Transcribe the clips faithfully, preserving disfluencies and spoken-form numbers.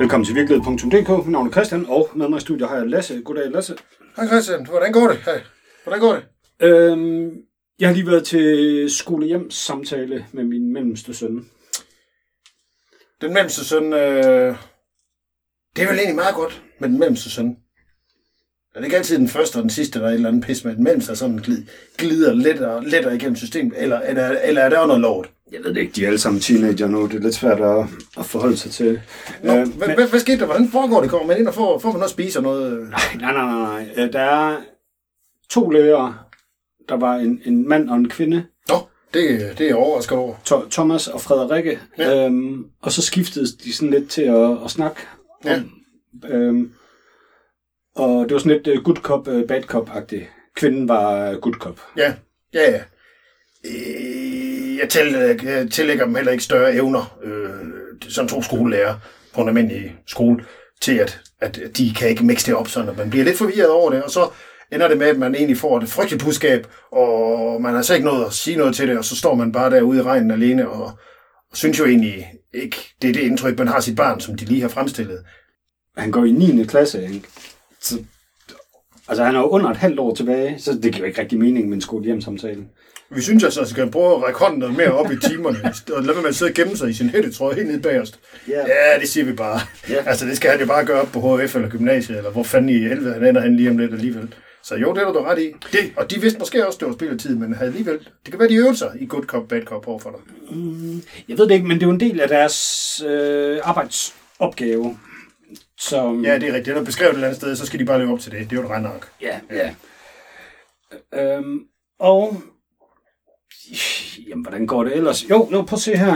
Velkommen til virkelighed punktum d k. Mit navn er Christian, og med mig i studiet har jeg Lasse. Goddag, Lasse. Hej Christian, hvordan går det? Hej. Hvordan går det? Øhm, jeg har lige været til skole-hjem samtale med min mellemste søn. Den mellemste søn, øh... det er vel egentlig meget godt med den mellemste søn. Er det ikke altid den første og den sidste, der er et eller andet pis med? Den mellemste er sådan glid, glider lettere, lettere igennem systemet, eller, eller, eller er der noget lort? Jeg ved det ikke, de er alle sammen teenager nu. Det er lidt svært at, at forholde sig til. Nå, øh, hvad, men... hvad, hvad skete der? Hvordan foregår det? Kommer man ind og får, får man noget at spise og noget? Nej, nej, nej, nej. Der er to lærere. Der var en, en mand og en kvinde. Nå, det, det er jeg overrasket over. To- Thomas og Frederikke. Ja. Øhm, og så skiftede de sådan lidt til at, at snakke. Ja. Om, øhm, og det var sådan lidt uh, good cop, uh, bad cop-agtigt. Kvinden var uh, good cop. Ja, ja, ja. Øh, jeg, tillægger, jeg tillægger dem heller ikke større evner, øh, som to skolelærer på en almindelig skole, til at, at de kan ikke mixe det op, sådan at man bliver lidt forvirret over det, og så ender det med, at man egentlig får et frygteligt budskab, og man har så ikke noget at sige noget til det, og så står man bare derude i regnen alene, og, og synes jo egentlig ikke, det er det indtryk, man har sit barn, som de lige har fremstillet. Han går i niende klasse, ikke? Så, altså han er jo under et halvt år tilbage, så det giver jo ikke rigtig mening med en skole-hjem-samtale. Vi synes altså, at man skal prøve at række hånden noget mere op i timerne, og lade være med at sidde og gemme sig i sin hættetrøje helt nede bagerst. Yeah. Ja, det siger vi bare. Yeah. Altså, det skal han jo bare gøre op på H F eller gymnasiet, eller hvor fanden i helvede han ender han lige om lidt alligevel. Så jo, det er du ret i. Det, og de vidste måske også, det var spil af tid, men havde alligevel. Det kan være, de øvede sig i good cop, bad cop overfor dig. Mm, jeg ved det ikke, men det er jo en del af deres øh, arbejdsopgave. Som... Ja, det er rigtigt. Det er beskrevet et eller andet sted, så skal de bare leve op til det. Det er jo et regnark. Ja, ja. Øhm, og... Jamen, hvordan går det ellers? Jo, nu prøv at se her.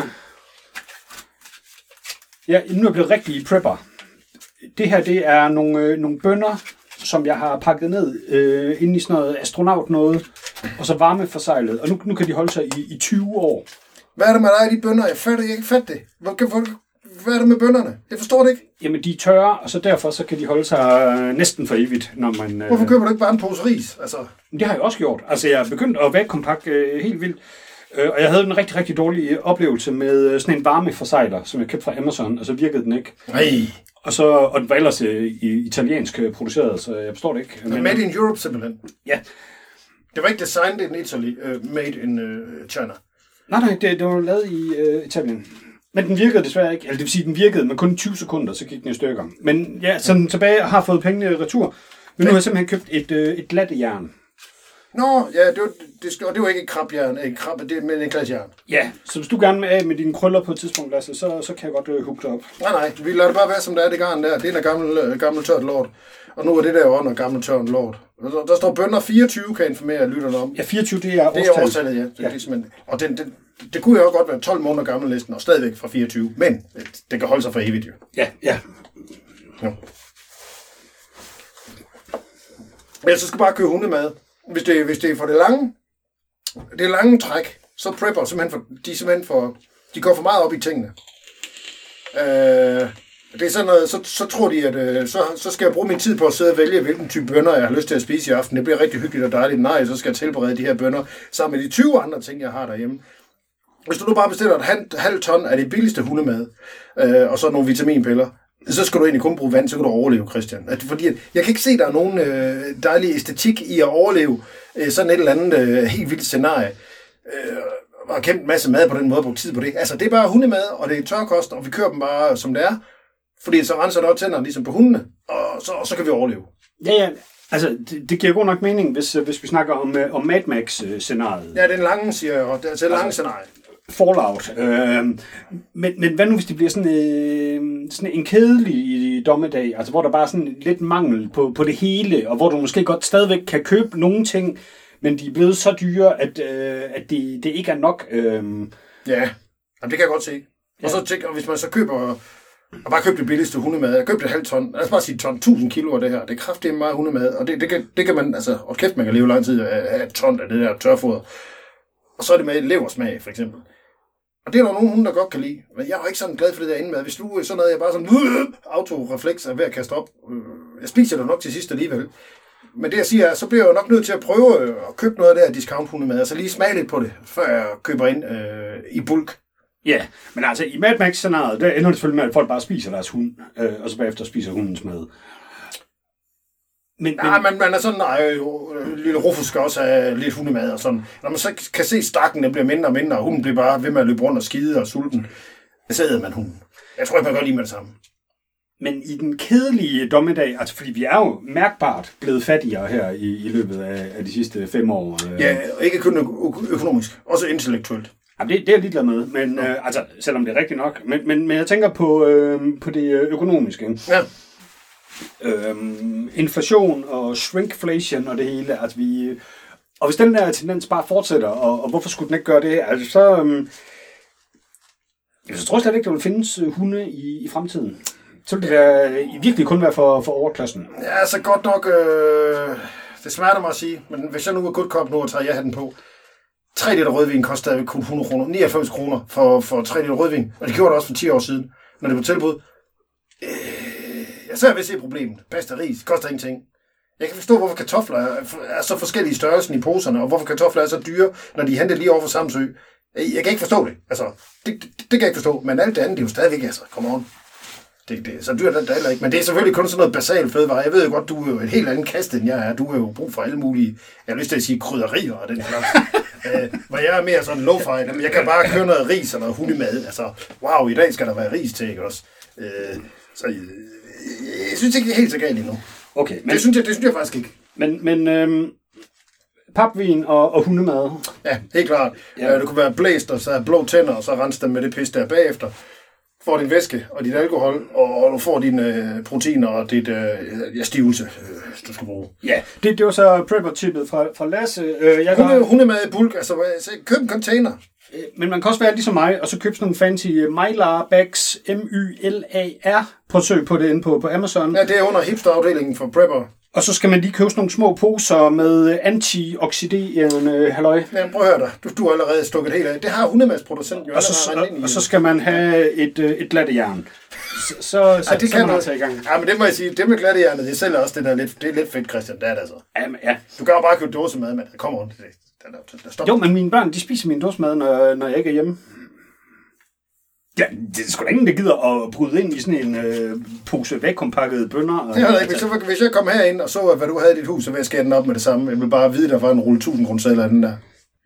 Ja, nu er jeg blevet rigtig prepper. Det her, det er nogle, øh, nogle bønner, som jeg har pakket ned øh, inde i sådan noget astronaut noget, og så varmeforsejlet. Og nu, nu kan de holde sig i, i tyve år. Hvad er det med dig, de bønner? Jeg fatter ikke fatte det. Hvad, hvad, hvad er det med bønnerne? Jeg forstår det ikke. Jamen, de er tørre, og så derfor så kan de holde sig øh, næsten for evigt, når man... Øh... Hvorfor køber du ikke bare en pose ris? Altså... Det har jeg også gjort. Altså, jeg er begyndt at vakuumpakke øh, helt vildt. Øh, og jeg havde en rigtig, rigtig dårlig oplevelse med øh, sådan en varmeforsejler, som jeg købte fra Amazon, og så virkede den ikke. Nej. Og, så, og den var ellers øh, italiensk produceret, så jeg forstår det ikke. Men... Made in Europe simpelthen? Ja. Det var ikke designed in Italy, uh, made in uh, China? Nej, nej, det, det var lavet i uh, Italien. Men den virkede desværre ikke. Eller det vil sige, den virkede, men kun tyve sekunder, så gik den i stykker. Men ja, så den tilbage har fået pengene retur. Men nu har jeg simpelthen købt et, øh, et lattejern. Nå, ja, det var, det, skal, og det var ikke et krabjern, et krab, det er med et glasjern. Ja, så hvis du gerne vil af med dine krøller på et tidspunkt, Lasse, så, så kan jeg godt øh, hugge det op. Nej, nej, vi lader det bare være, som det er, det garn der. Det er en gammel, gammel tørt lort. Og nu er det der jo under gammel tørt lort. Der, der står bønder fireogtyve, kan jeg informere lytterne om. Ja, fireogtyve, det er årstallet. Det er årstallet, ja. Det, ja. Det er og den, den, det kunne jo også godt være tolv måneder gammel næsten, og stadigvæk fra fireogtyve. Men det kan holde sig for evigt, jo. Ja, ja. Ja. Men så skal bare købe hundemad. Hvis det, hvis det er for det lange, det lange træk, så prepper simpelthen for, de simpelthen for, de går for meget op i tingene. Øh, det er sådan noget, så, så tror de, at øh, så, så skal jeg bruge min tid på at sidde og vælge, hvilken type bønner jeg har lyst til at spise i aften. Det bliver rigtig hyggeligt og dejligt. Nej, så skal jeg tilberede de her bønner sammen med de tyve andre ting, jeg har derhjemme. Hvis du nu bare bestiller et halvt halv ton af det billigste hundemad, øh, og så nogle vitaminpiller, så skal du egentlig kun bruge vand, så kan du overleve, Christian. At, fordi at, jeg kan ikke se, at der er nogen øh, dejlig æstetik i at overleve øh, sådan et eller andet øh, helt vildt scenarie. Øh, og har kæmpet en masse mad på den måde, brugt tid på det. Altså, det er bare hundemad, og det er tørkost, og vi kører dem bare, som det er. Fordi så renser det også tænderne ligesom på hundene, og så, og så kan vi overleve. Ja, ja. Altså, det, det giver god nok mening, hvis, hvis vi snakker om, om Mad Max-scenariet. Ja, det er en lange, siger jeg, og det er altså et lange scenarie. Fallout. Øh, men, men hvad nu, hvis det bliver sådan, øh, sådan en kedelig dommedag, altså hvor der bare er sådan lidt mangel på, på det hele, og hvor du måske godt stadigvæk kan købe nogle ting, men de er blevet så dyre, at, øh, at det, det ikke er nok. Øh. Ja, jamen, det kan jeg godt se. Ja. Og så tænker, hvis man så køber, og bare køber det billigste hundemad, jeg købte et halvt ton, lad os bare sige ton, tusind kilo af det her, det er kraftigt meget hundemad, og det, det, kan, det kan man, altså, og kæft, man kan leve lang tid af et ton af det der tørfoder. Og så er det med leversmag, for eksempel. Og det er der nogle hunde, der godt kan lide. Men jeg er jo ikke sådan glad for det der indmad. Hvis du er sådan noget, jeg bare sådan øh, autorefleks er ved at kaste op. Øh, jeg spiser det nok til sidst alligevel. Men det jeg siger er, så bliver jeg jo nok nødt til at prøve at købe noget af det her discount hundemad. Altså lige smage lidt på det, før jeg køber ind øh, i bulk. Ja, men altså i Mad Max-scenariet, der ender det selvfølgelig med, at folk bare spiser deres hund, øh, og så bagefter spiser hundens mad. Men, ja, men man er sådan, nej, lille Rufus skal også have lidt hundemad og sådan. Når man så kan se stakken, den bliver mindre og mindre, og hunden bliver bare ved med at løbe rundt og skide og sulten, så æder man hunden. Jeg tror ikke, man gør lige med det samme. Men i den kedelige dommedag, altså fordi vi er jo mærkbart blevet fattigere her i, i løbet af, af de sidste fem år. Øh. Ja, ikke kun ø- økonomisk, også intellektuelt. Jamen, det, det er jeg ligeglad med, men, ja. øh, altså, selvom det er rigtigt nok. Men, men, men jeg tænker på, øh, på det økonomiske. Ja. Øhm, inflation og shrinkflation og det hele. Altså, vi, og hvis den der tendens bare fortsætter, og, og hvorfor skulle den ikke gøre det? Altså, så, øhm, så tror jeg slet ikke, der vil findes hunde i, i fremtiden. Så vil det være, virkelig kun være for, for overklassen. Ja, så godt nok, øh, det smerter mig at sige, men hvis jeg nu er good cop nu, og tager jeg den på, tre liter rødvin koster stadigvæk kun hundrede kroner, nioghalvfems kroner for, for tre liter rødvin, og det gjorde det også for ti år siden, når det var tilbud. Øh, jeg så er ved at se problemet. Pasta ris koster ingenting. Jeg kan forstå, hvorfor kartofler er, er så forskellige størrelsen i poserne, og hvorfor kartofler er så dyre, når de er hentet lige over for Samsø. Jeg kan ikke forstå det. Altså, det, det, det kan jeg ikke forstå, men alt det andet, det er jo stadigvæk, altså, come on. Det, det, så dyrt er det heller ikke, men det er selvfølgelig kun sådan noget basal fødevare. Jeg ved jo godt, du er jo et helt andet kaste, end jeg er. Du er jo brug for alle mulige, jeg har lyst til at sige krydderier og den slags. øh, hvor jeg er mere sådan low-fi, men jeg kan bare køre noget ris og noget hundemad. Altså, wow, i dag skal der være ris til, ikke også? Øh, så jeg, jeg synes ikke, det er helt så galt endnu. Okay, men, det, synes jeg, det synes jeg faktisk ikke. Men, men øhm, papvin og, og hundemad? Ja, helt klart. Ja. Øh, det kunne være blæst, og så blå tænder, og så rense dem med det pis der bagefter. Får din væske og dit alkohol, og du får dine øh, proteiner og dit øh, ja, stivelse, øh, du skal bruge. Ja, det, det var så prepper-tippet fra, fra Lasse. Øh, jeg Hunde, hundemad i bulk, altså køb en container. Men man kan også være ligesom mig, og så købe sådan nogle fancy Mylar Bags, M Y L A R, på søg på det inde på, på Amazon. Ja, det er under hipsterafdelingen for prepper. Og så skal man lige købe sådan nogle små poser med antioxiderende halløj. Ja, prøv at høre dig. Du, du har allerede stukket helt af. Det har hundemadsproducenten jo. Og så, og, og så skal man have et, et glattejern. Så, så, så, ja, det så kan man du. tage i gang. Ja, men det må jeg sige. Det med glattejernet, det sælger også det der lidt, det er lidt fedt, Christian. Det er det altså. Ja, men, ja. Du kan jo bare købe dåsemad, men kom on. Det, jo, men mine børn, de spiser min dåsemad, når, når jeg ikke er hjemme. Ja, det er sgu da ingen, der gider at bryde ind i sådan en øh, pose vækkompakket bønner. Det er ikke. Så, hvis jeg kom herind og så, hvad du havde i dit hus, så ville jeg skære den op med det samme. Jeg vil bare vide, der var en rulle tusind kroner eller den der.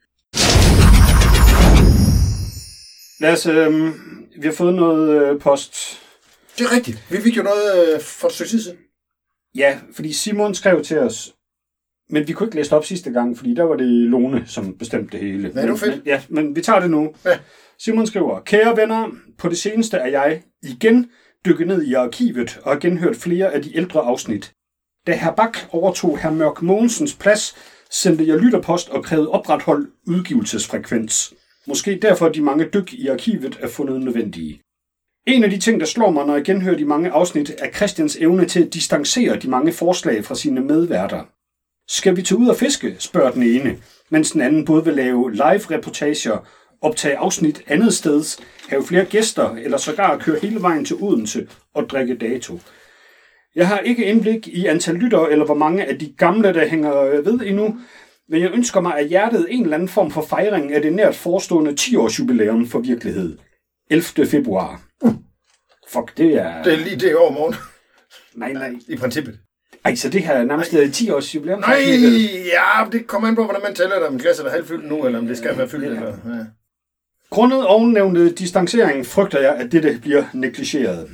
Lad os, øh, vi har fået noget øh, post. Det er rigtigt. Vi fik jo noget øh, for et stykke tid siden. Ja, fordi Simon skrev til os, men vi kunne ikke læse det op sidste gang, fordi der var det Lone, som bestemte det hele. Ja, det var fedt. Men, ja, men vi tager det nu. Ja. Simon skriver, kære venner, på det seneste er jeg igen dykket ned i arkivet og har genhørt flere af de ældre afsnit. Da herr Bak overtog herr Mørk Mogensens plads, sendte jeg lytterpost og krævede opretholdt udgivelsesfrekvens. Måske derfor de mange dyk i arkivet er fundet nødvendige. En af de ting, der slår mig, når jeg genhører de mange afsnit, er Christians evne til at distancere de mange forslag fra sine medværter. Skal vi tage ud og fiske, spørger den ene, mens den anden både vil lave live-reportager, optage afsnit andet sted, have flere gæster eller sågar køre hele vejen til Odense og drikke dato. Jeg har ikke indblik i antal lyttere eller hvor mange af de gamle, der hænger ved endnu, men jeg ønsker mig af hjertet en eller anden form for fejring af det nært forestående ti-års jubilæum for virkelighed. ellevte februar. Uh. Fuck, det er... Det er lige det over morgen. Nej, nej. I princippet. Ej, så det her er nærmest nej. ti-års jubilæum? Nej, ja, det kommer an på, hvordan man tæller det. Om glasset er halvfyldt nu, eller om det skal være fyldt. Eller, ja. Grundet ovennævnte distancering frygter jeg, at dette bliver negligeret.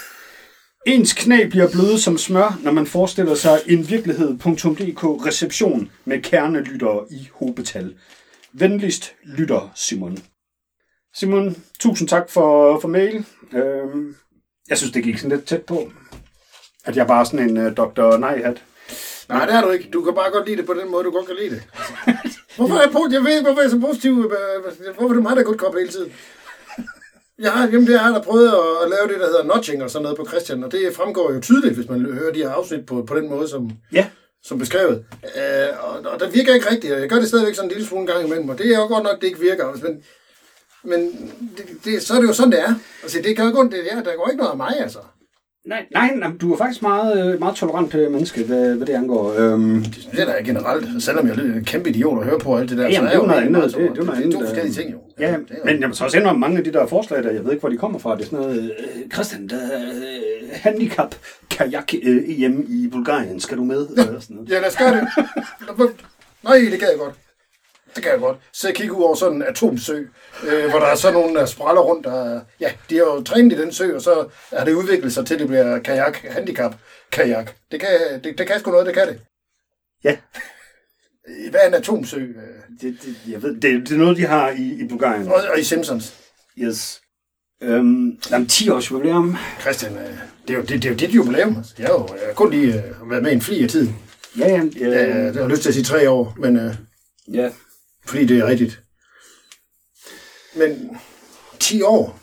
Ens knæ bliver bløde som smør, når man forestiller sig en virkelighed punktum d k reception med kernelyttere i hobetal. Venligst lytter Simon. Simon, tusind tak for, for mail. Øhm, jeg synes, det gik sådan lidt tæt på, at jeg bare er sådan en uh, doktor Nej-hat. Nej, det er du ikke. Du kan bare godt lide det på den måde, du godt kan lide det. Hvorfor er jeg, på, jeg ved ikke, hvorfor jeg er så positiv. Hvorfor er det mig, der er godt koblet hele tiden? Jeg har, jamen, det har jeg da prøvet at, at lave det, der hedder notching og sådan noget på Christian, og det fremgår jo tydeligt, hvis man hører de her afsnit på, på den måde, som, ja. som beskrevet. Øh, og, og det virker ikke rigtigt, og jeg gør det stadigvæk sådan en lille smule gang imellem, og det er jo godt nok, det ikke virker. Men, men det, det, så er det jo sådan, det er. Altså, det kan jo ikke ondt, det er. Der går ikke noget af mig, altså. Nej, nej, nej, du er faktisk meget, meget tolerant menneske, hvad, hvad det angår. Øhm, det, det er da generelt, selvom jeg er en kæmpe idiot at høre på alt det der. Jamen, så det er jo noget andet. Det, det, det, det, det er to forskellige ting jo. Ja, ja, men jeg må så også ændre mange af de der forslag, der jeg ved ikke, hvor de kommer fra. Det er sådan noget, øh, Christian, der er øh, handicap kajak øh, E M i Bulgarien, skal du med? Ja, sådan noget. Ja, lad os gøre det. Nej, det kan jeg godt. Det kan jeg godt. Så jeg kigger ud over sådan en atomsø, øh, hvor der er sådan nogle, der spræller rundt. Der, ja, de har jo trænet i den sø, og så er det udviklet sig til, at det bliver kajak, handicap kajak. Det kan, det, det kan sgu noget, det kan det. Ja. Hvad er en atomsø? Det, det, jeg ved, det, det er noget, de har i, i Bulgarien. Og, og i Simpsons. Yes. Øhm, der er ti års jubilæum. Christian, det er jo, det, det er jo dit jubilæum. Jeg har jo jeg har kun lige uh, været med en fli af tiden. Ja, ja. Ja, ja, det har lyst til at sige tre år, men... Uh, ja. Fordi det er rigtigt. Men ti år.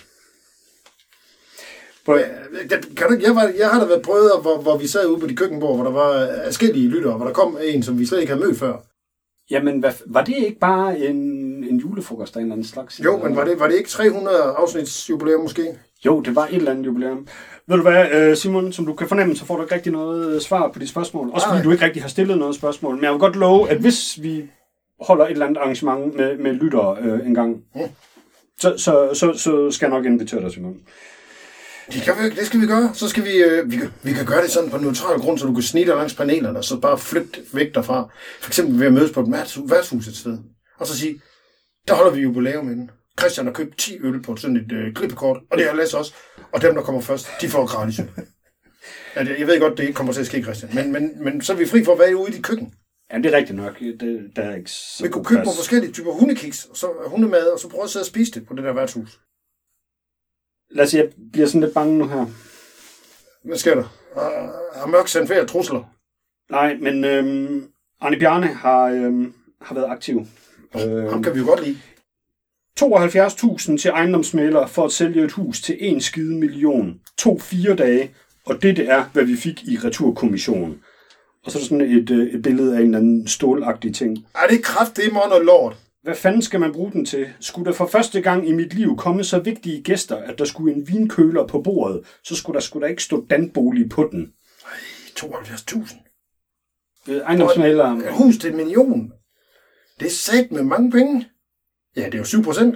Kan du, jeg, var, jeg har da været prøvet, hvor, hvor vi sad ude på de køkkenbord, hvor der var forskellige lyttere, hvor der kom en, som vi slet ikke havde mødt før. Jamen, hvad, var det ikke bare en, en julefrokost af en eller anden slags? Jo, men var det, var det ikke tre hundrede afsnits jubilæum måske? Jo, det var et eller andet jubilæum. Ved du hvad, Simon, som du kan fornemme, så får du ikke rigtig noget svar på de spørgsmål. Også fordi du ikke rigtig har stillet noget spørgsmål. Men jeg vil godt love, at hvis vi holder et eller andet arrangement med, med lyttere øh, en gang, mm. så, så, så, så skal jeg nok invitere dig, Simon. Det, kan vi, det skal vi gøre. Så skal vi, øh, vi, kan, vi kan gøre det sådan på en neutral grund, så du kan snitte langs panelerne, og så bare flytte væk derfra. For eksempel ved at mødes på et værtshus et sted. Og så sige, der holder vi jubilæum inden. Christian har købt ti øl på sådan et øh, klippekort, og det har Lasse også. Og dem, der kommer først, de får gratis øl. Ja, jeg ved godt, det ikke kommer til at ske, Christian. Men, men, men så er vi fri for at være ude i dit køkken. Ja, det er rigtigt nok. Det, der er ikke så vi kunne købe nogle forskellige typer hundekiks, og så hundemad, og så prøve at sidde og spise det på det der værtshus. Lad os sige, jeg bliver sådan lidt bange nu her. Hvad sker der? Har Mørk sendt flere trusler? Nej, men øhm, Arne Bjarne har, øhm, har været aktiv. Øhm, Ham kan vi jo godt lide. tooghalvfjerds tusind til ejendomsmægler for at sælge et hus til en skide million. To fire dage, og det, det er, hvad vi fik i returkommissionen. Og så er der sådan et, et billede af en eller anden stålagtig ting. Ej, det er kraft, det er noget lort. Hvad fanden skal man bruge den til? Skulle der for første gang i mit liv komme så vigtige gæster, at der skulle en vinkøler på bordet, så skulle der, skulle der ikke stå danbolig på den. Ej, tooghalvfjerds tusind. Øh, ejendomsmægler. Et hus til en million. Det er sat med mange penge. Ja, det er jo syv procent.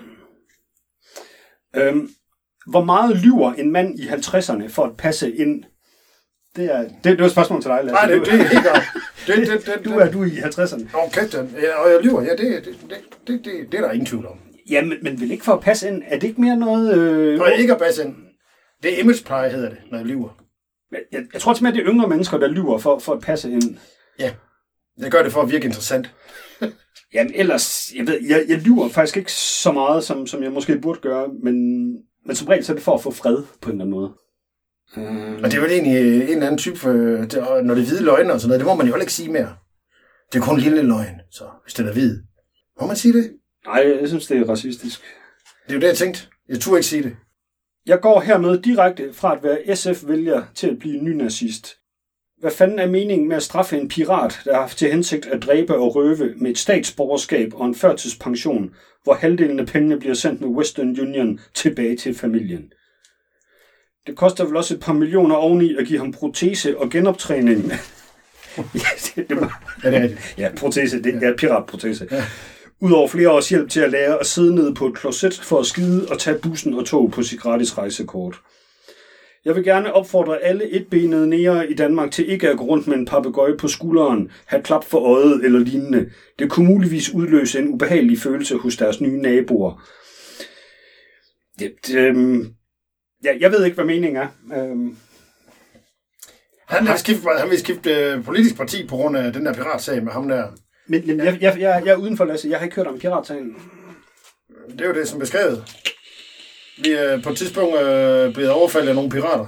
Øhm, hvor meget lyver en mand i halvtredserne for at passe ind? Det er, det, det er et spørgsmål til dig, Lasse. Nej, det, det er helt godt. Det, det, det, du er du i halvtredserne. Okay, ja, og jeg lyver. Ja, det, det, det, det, det, det er der ingen tvivl om. Ja, men, men vil ikke for at passe ind? Er det ikke mere noget... Øh... Nej, ikke at passe ind. Det er imagepleje, hedder det, når jeg lyver. Jeg, jeg tror simpelthen, det er yngre mennesker, der lyver for, for at passe ind. Ja, jeg gør det for at virke interessant. Jamen ellers, jeg ved, jeg, jeg lyver faktisk ikke så meget, som, som jeg måske burde gøre, men, men som regel så er det for at få fred på en eller anden måde. Um... Og det er vel egentlig en eller anden type, når det er hvide løgne og sådan noget, det må man jo ikke sige mere. Det er kun en lille løgn, så hvis det er hvid. Må man sige det? Nej, jeg synes, det er racistisk. Det er jo det, jeg tænkte. Jeg turde ikke sige det. Jeg går hermed direkte fra at være S F-vælger til at blive nynazist. Hvad fanden er meningen med at straffe en pirat, der har haft til hensigt at dræbe og røve med et statsborgerskab og en førtidspension, hvor halvdelen af pengene bliver sendt med Western Union tilbage til familien? Det koster vel også et par millioner oveni at give ham protese og genoptræning. ja, det, det var... ja, det er det. Ja, protese. Det er piratprotese. Ja. Udover flere års hjælp til at lære at sidde nede på et kloset for at skide og tage bussen og tog på sit gratis rejsekort. Jeg vil gerne opfordre alle etbenede nære i Danmark til ikke at gå rundt med en papegøje på skulderen, have klap for øjet eller lignende. Det kunne muligvis udløse en ubehagelig følelse hos deres nye naboer. Det, det, øhm, ja, jeg ved ikke, hvad meningen er. Øhm, han, har skiftet, han vil skifte uh, politisk parti på grund af den der piratsag med ham der. Men, men jeg, jeg, jeg, jeg er udenfor, Lasse. Jeg har ikke hørt om piratsagen. Det er jo det, som beskrevet. Vi er på et tidspunkt øh, blevet overfaldet af nogle pirater.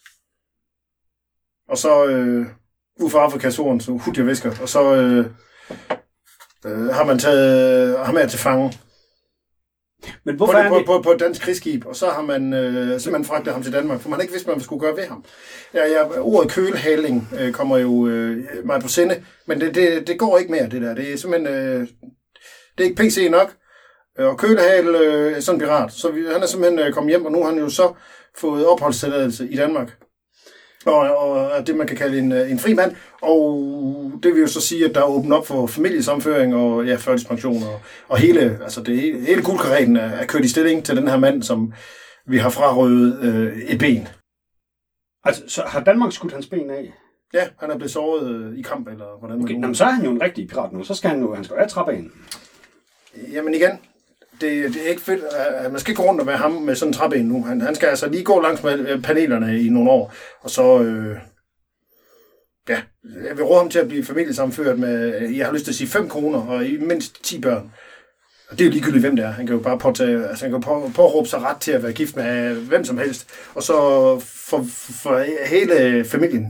Og så øh, ud fra Afrikas horn, så hudjervisker. Og så øh, øh, har man taget ham her til fange. Men hvorfor på, er på, det... på, på et dansk krigsskib. Og så har man øh, simpelthen fragtet ham til Danmark, for man ikke vidste, hvad man skulle gøre ved ham. Ja, ja, ordet kølehaling øh, kommer jo øh, meget på sinde, men det, det, det går ikke mere, det der. Det er simpelthen øh, det er ikke P C nok. Og Kølehal øh, er sådan en pirat, så vi, han er simpelthen øh, kommet hjem, og nu har han jo så fået opholdstilladelse i Danmark. Og, og det, man kan kalde en, en fri mand. Og det vil jo så sige, at der er åbent op for familiesamføring og ja, førtidspension. Og, og hele, altså det, hele guldkaretten er, er kørt i stilling til den her mand, som vi har frarøvet øh, et ben. Altså, så har Danmark skudt hans ben af? Ja, han er blevet såret øh, i kamp, eller hvordan okay, man jamen, så er han jo en rigtig pirat nu. Så skal han jo, han skal jo have trappeagen. Jamen igen, det, det er ikke fedt. Uh, man skal ikke gå rundt og være ham med sådan en trappeagen nu. Han, han skal altså lige gå langs med panelerne i nogle år, og så... Øh, ja, jeg vil råde ham til at blive familiesamført med, jeg har lyst til at sige fem kroner, og i mindst ti børn. Og det er jo ligegyldigt, hvem det er. Han kan jo bare påtage, altså han kan på, påråbe sig ret til at være gift med hvem som helst, og så for, for hele familien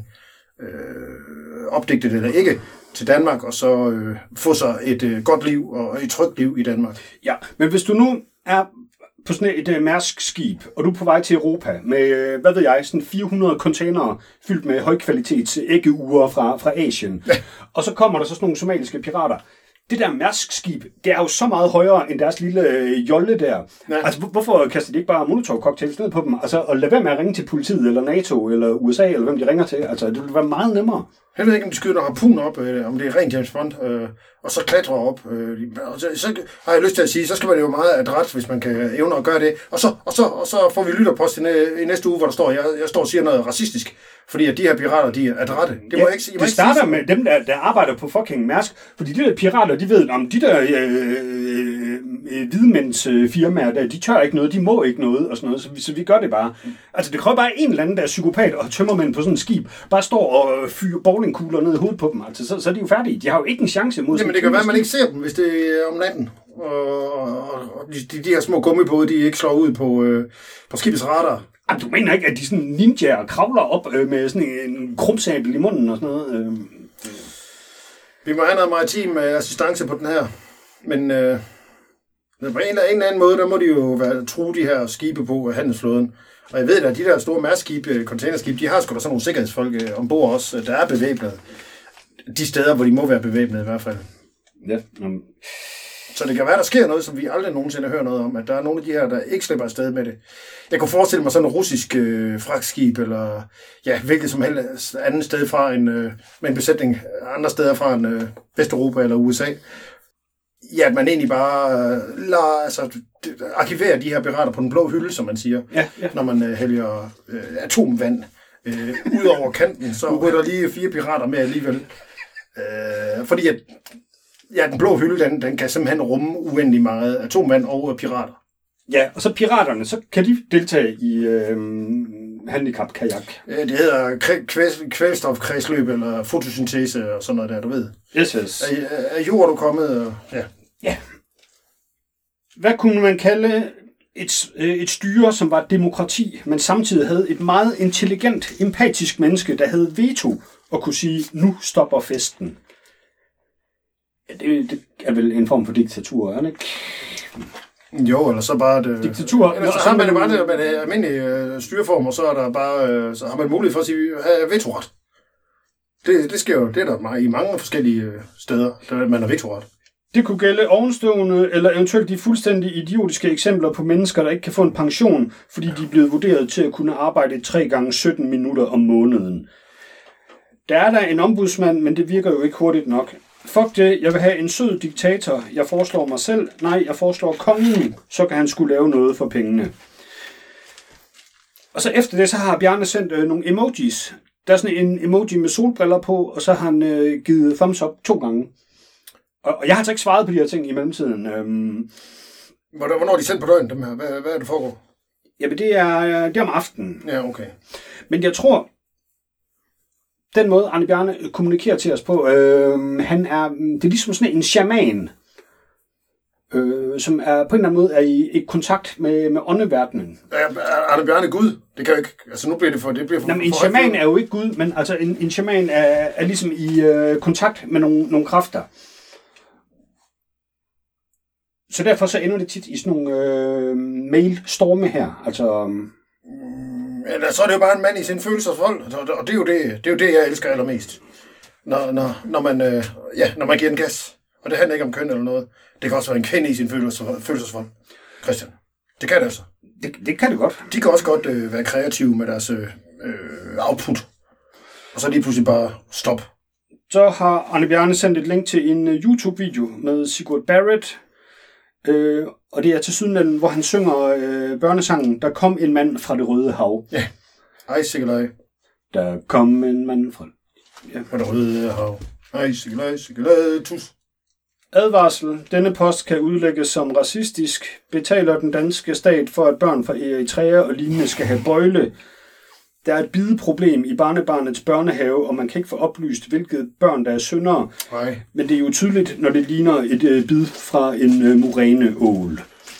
øh, opdigtet eller ikke til Danmark, og så øh, få sig et øh, godt liv og et trygt liv i Danmark. Ja, men hvis du nu er på sådan et uh, Mærsk-skib, og du er på vej til Europa med, hvad ved jeg, sådan fire hundrede containere fyldt med højkvalitets æggeure fra, fra Asien, ja. Og så kommer der så sådan nogle somaliske pirater. Det der Mærsk-skib, det er jo så meget højere end deres lille øh, jolle der. Ja. Altså, hvorfor kaster de ikke bare molotov-cocktails ned på dem? Altså, og lad være med at ringe til politiet, eller NATO, eller U S A, eller hvem de ringer til. Altså, det vil være meget nemmere. Jeg ved ikke, om de skyder harpun op, øh, om det er rent James Bond, øh, og så klatrer op. Øh, og så, så har jeg lyst til at sige, så skal man jo meget adræt, hvis man kan evne at gøre det. Og så, og så, og så får vi lytterpost i, i næste uge, hvor der står, jeg, jeg står og siger noget racistisk. Fordi at de her pirater, de er adrette. Det, ja, må jeg ikke, jeg må det ikke starter sige med dem, der, der arbejder på fucking Mærsk. Fordi de der pirater, de ved, om de der øh, øh, øh, hvidemænds øh, firmaer, der, de tør ikke noget, de må ikke noget, og sådan noget. Så vi, så vi gør det bare. Altså, det kræver bare en eller anden, der er psykopat og tømmermænd på sådan et skib, bare står og fyrer bowlingkugler ned i hovedet på dem. Altså, så, så er de jo færdige. De har jo ikke en chance mod. Jamen, det kan være, at man ikke ser dem, hvis det er om natten. Og, og, og de, de her små gummibåde, de ikke slår ud på, øh, på skibets radar. Jamen, du mener ikke, at de sådan ninjaer kravler op øh, med sådan en krumsabel i munden og sådan noget? Øh. Vi må have noget maritim assistance på den her. Men øh, på en eller anden måde, der må de jo være, true de her skibe på handelsflåden. Og jeg ved da, at de der store mærskskibe, containerskibe, de har sgu da sådan nogle sikkerhedsfolk øh, ombord også, der er bevæbnet. De steder, hvor de må være bevæbnet i hvert fald. Ja, um... Så det kan være, der sker noget, som vi aldrig nogensinde hører noget om, at der er nogle af de her, der ikke slipper afsted med det. Jeg kunne forestille mig sådan en russisk øh, fragtskib, eller ja, hvilket som helst andet sted fra en, øh, med en besætning andre steder fra en øh, Vesteuropa eller U S A. Ja, at man egentlig bare øh, lader, altså, arkiverer de her pirater på den blå hylde, som man siger, ja, ja. Når man øh, hælder øh, atomvand øh, ud over kanten, så ryger der lige fire pirater med alligevel. Øh, fordi at ja, den blå hylde, den, den kan simpelthen rumme uendelig meget atomvand og pirater. Ja, og så piraterne, så kan de deltage i øh, handicap-kajak. Det hedder kvæl- kvælstofkredsløb eller fotosyntese og sådan noget der, du ved. Yes, yes. Er, er jord du kommet? Og, ja. Ja. Hvad kunne man kalde et, et styre, som var et demokrati, men samtidig havde et meget intelligent, empatisk menneske, der havde veto og kunne sige, nu stopper festen? Ja, det, det er vel en form for diktatur, er det ikke? Jo, eller så bare det... Diktatur. Eller så har man det bare det med det almindelige styreform, og så er der bare... Så har man mulighed for at sige, have vetoret. Det, det sker jo, det er der i mange forskellige steder, der man har vetoret. Det kunne gælde ovenstående, eller eventuelt de fuldstændig idiotiske eksempler på mennesker, der ikke kan få en pension, fordi de er blevet vurderet til at kunne arbejde tre gange sytten minutter om måneden. Der er der en ombudsmand, men det virker jo ikke hurtigt nok. Fuck det, jeg vil have en sød diktator. Jeg foreslår mig selv. Nej, jeg foreslår kongen. Så kan han skulle lave noget for pengene. Og så efter det, så har Bjarne sendt øh, nogle emojis. Der er sådan en emoji med solbriller på, og så har han øh, givet thumbs up to gange. Og, og jeg har altså ikke svaret på de her ting i mellemtiden. Øhm, Hvornår er de sendt på døgn, dem her? Hvad, hvad er det foregår? Jamen, det er, det er om aftenen. Ja, okay. Men jeg tror... Den måde, Arne Bjarne kommunikerer til os på, øh, han er, det er ligesom sådan en shaman, øh, som er på en eller anden måde er i, i kontakt med, med åndeverdenen. Er Arne Bjarne Gud? Det kan jo ikke, altså nu bliver det for... Det bliver for, Nå, men en for shaman højt. Er jo ikke Gud, men altså en, en shaman er, er ligesom i øh, kontakt med nogle, nogle kræfter. Så derfor så ender det tit i sådan nogle øh, mail-storme her, altså... Ja, så er det jo bare en mand i sin følelsesvold, og det er jo det, det, er jo det jeg elsker allermest. Når, når, når, man, øh, ja, når man giver en gas. Og det handler ikke om køn eller noget. Det kan også være en kvinde i sin følelsesvold. Christian, det kan det altså. Det, det kan det godt. De kan også godt øh, være kreative med deres øh, output. Og så lige pludselig bare stop. Så har Arne Bjarne sendt et link til en YouTube-video med Sigurd Barrett. Øh, og det er til Sydland, hvor han synger øh, børnesangen Der kom en mand fra det røde hav. Ja, ej sikkerlej. Der kom en mand fra, ja. fra det røde hav. Ej sikkerlej, sikkerlej, tus. Advarsel. Denne post kan udlægges som racistisk. Betaler den danske stat for, at børn fra Eritrea og lignende skal have bøjle. Der er et bideproblem i barnebarnets børnehave, og man kan ikke få oplyst, hvilket børn, der er syndere. Nej. Men det er jo tydeligt, når det ligner et øh, bid fra en øh, muræneål.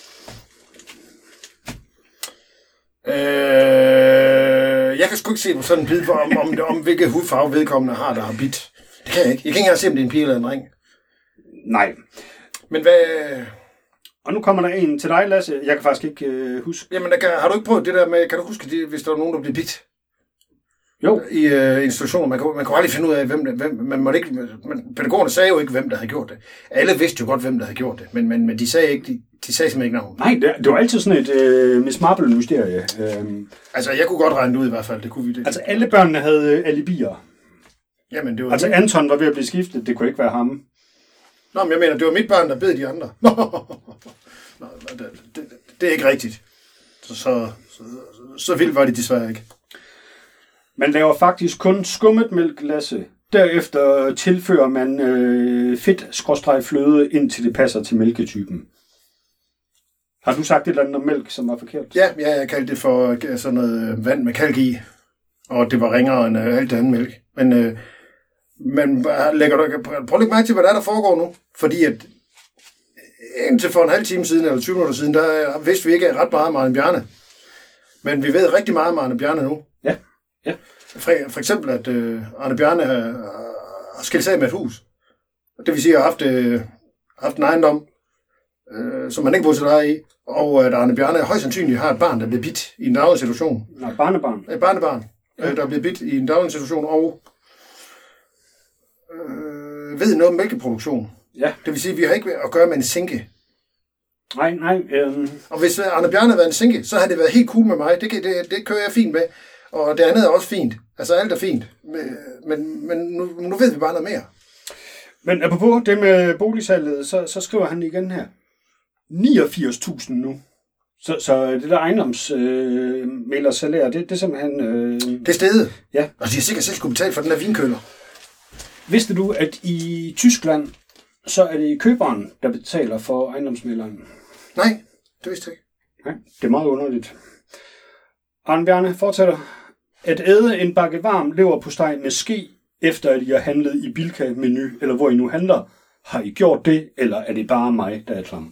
Øh, jeg kan sgu ikke se på sådan en bid, om, om, om hvilke hudfarve vedkommende har, der har bidt. Det kan jeg ikke. Jeg kan ikke engang se, om det er en pige eller en ring. Nej. Men hvad... Og nu kommer der en til dig, Lasse. Jeg kan faktisk ikke øh, huske. Jamen, der kan, har du ikke prøvet det der med... Kan du huske, det, hvis der var nogen, der blev bidt? Jo. I øh, institutioner. Man kan, man kan aldrig finde ud af, hvem, hvem man måtte ikke... Man, pædagogerne sagde jo ikke, hvem der havde gjort det. Alle vidste jo godt, hvem der havde gjort det. Men, men, men de sagde ikke... De, de sagde simpelthen ikke navn. Nej, det, det var altid sådan et øh, Miss Marple-mysterie. Øhm. Altså, jeg kunne godt regne det ud i hvert fald. Det kunne vi det. Altså, alle børnene havde øh, alibier. Jamen, det var... Altså, Anton var ved at blive skiftet. Det kunne ikke være ham. Nå, men jeg mener, det var mit barn, der bed de andre. Nå, det, det, det er ikke rigtigt. Så, så, så, så vildt var det desværre ikke. Man laver faktisk kun skummet mælk, Lasse. Derefter tilfører man øh, fedt-fløde, indtil det passer til mælketypen. Har du sagt et eller andet om mælk, som var forkert? Ja, ja, jeg kaldte det for sådan noget vand med kalk i. Og det var ringere end øh, alt det andet mælk. Men... Øh, Men lægger du, prøv at lægge mærke til, hvad der er, der foregår nu. Fordi at indtil for en halv time siden, eller tyve minutter siden, der vidste vi ikke ret meget om Arne Bjarne. Men vi ved rigtig meget om Arne Bjarne nu. Ja. ja. For, for eksempel, at uh, Arne Bjarne har, har skilt sig af med et hus. Det vil sige, at har haft, uh, haft en ejendom, uh, som man ikke boede sig der i. Og at Arne Bjarne højst sandsynligt har et barn, der bliver bidt i en daglig situation. Nej, barnebarn. Et barnebarn, ja. uh, der bliver bidt i en daglig situation, og Øh, ved noget om mælkeproduktion. Ja. Det vil sige, at vi har ikke at gøre med en sinke. Nej, nej. Øhm... Og hvis Arne Bjarne havde været en sinke, så havde det været helt cool med mig. Det, det, det kører jeg fint med. Og det andet er også fint. Altså alt er fint. Men, men nu, nu ved vi bare noget mere. Men apropos det med boligsalget, så, så skriver han igen her. niogfirs tusind nu. Så, så det der ejendomsmælers øh, salær, det, det er simpelthen... Øh... Det er stedet. Ja. Og de har sikkert selv skulle betale for den der vinkøler. Vidste du, at i Tyskland, så er det køberen, der betaler for ejendomsmæleren? Nej, det vidste jeg ikke. Nej, det er meget underligt. Arne Bjarne fortsætter. At æde en bakke varm leverpostej med ske, efter at I har handlet i Bilka-menu, eller hvor I nu handler, har I gjort det, eller er det bare mig, der er klam?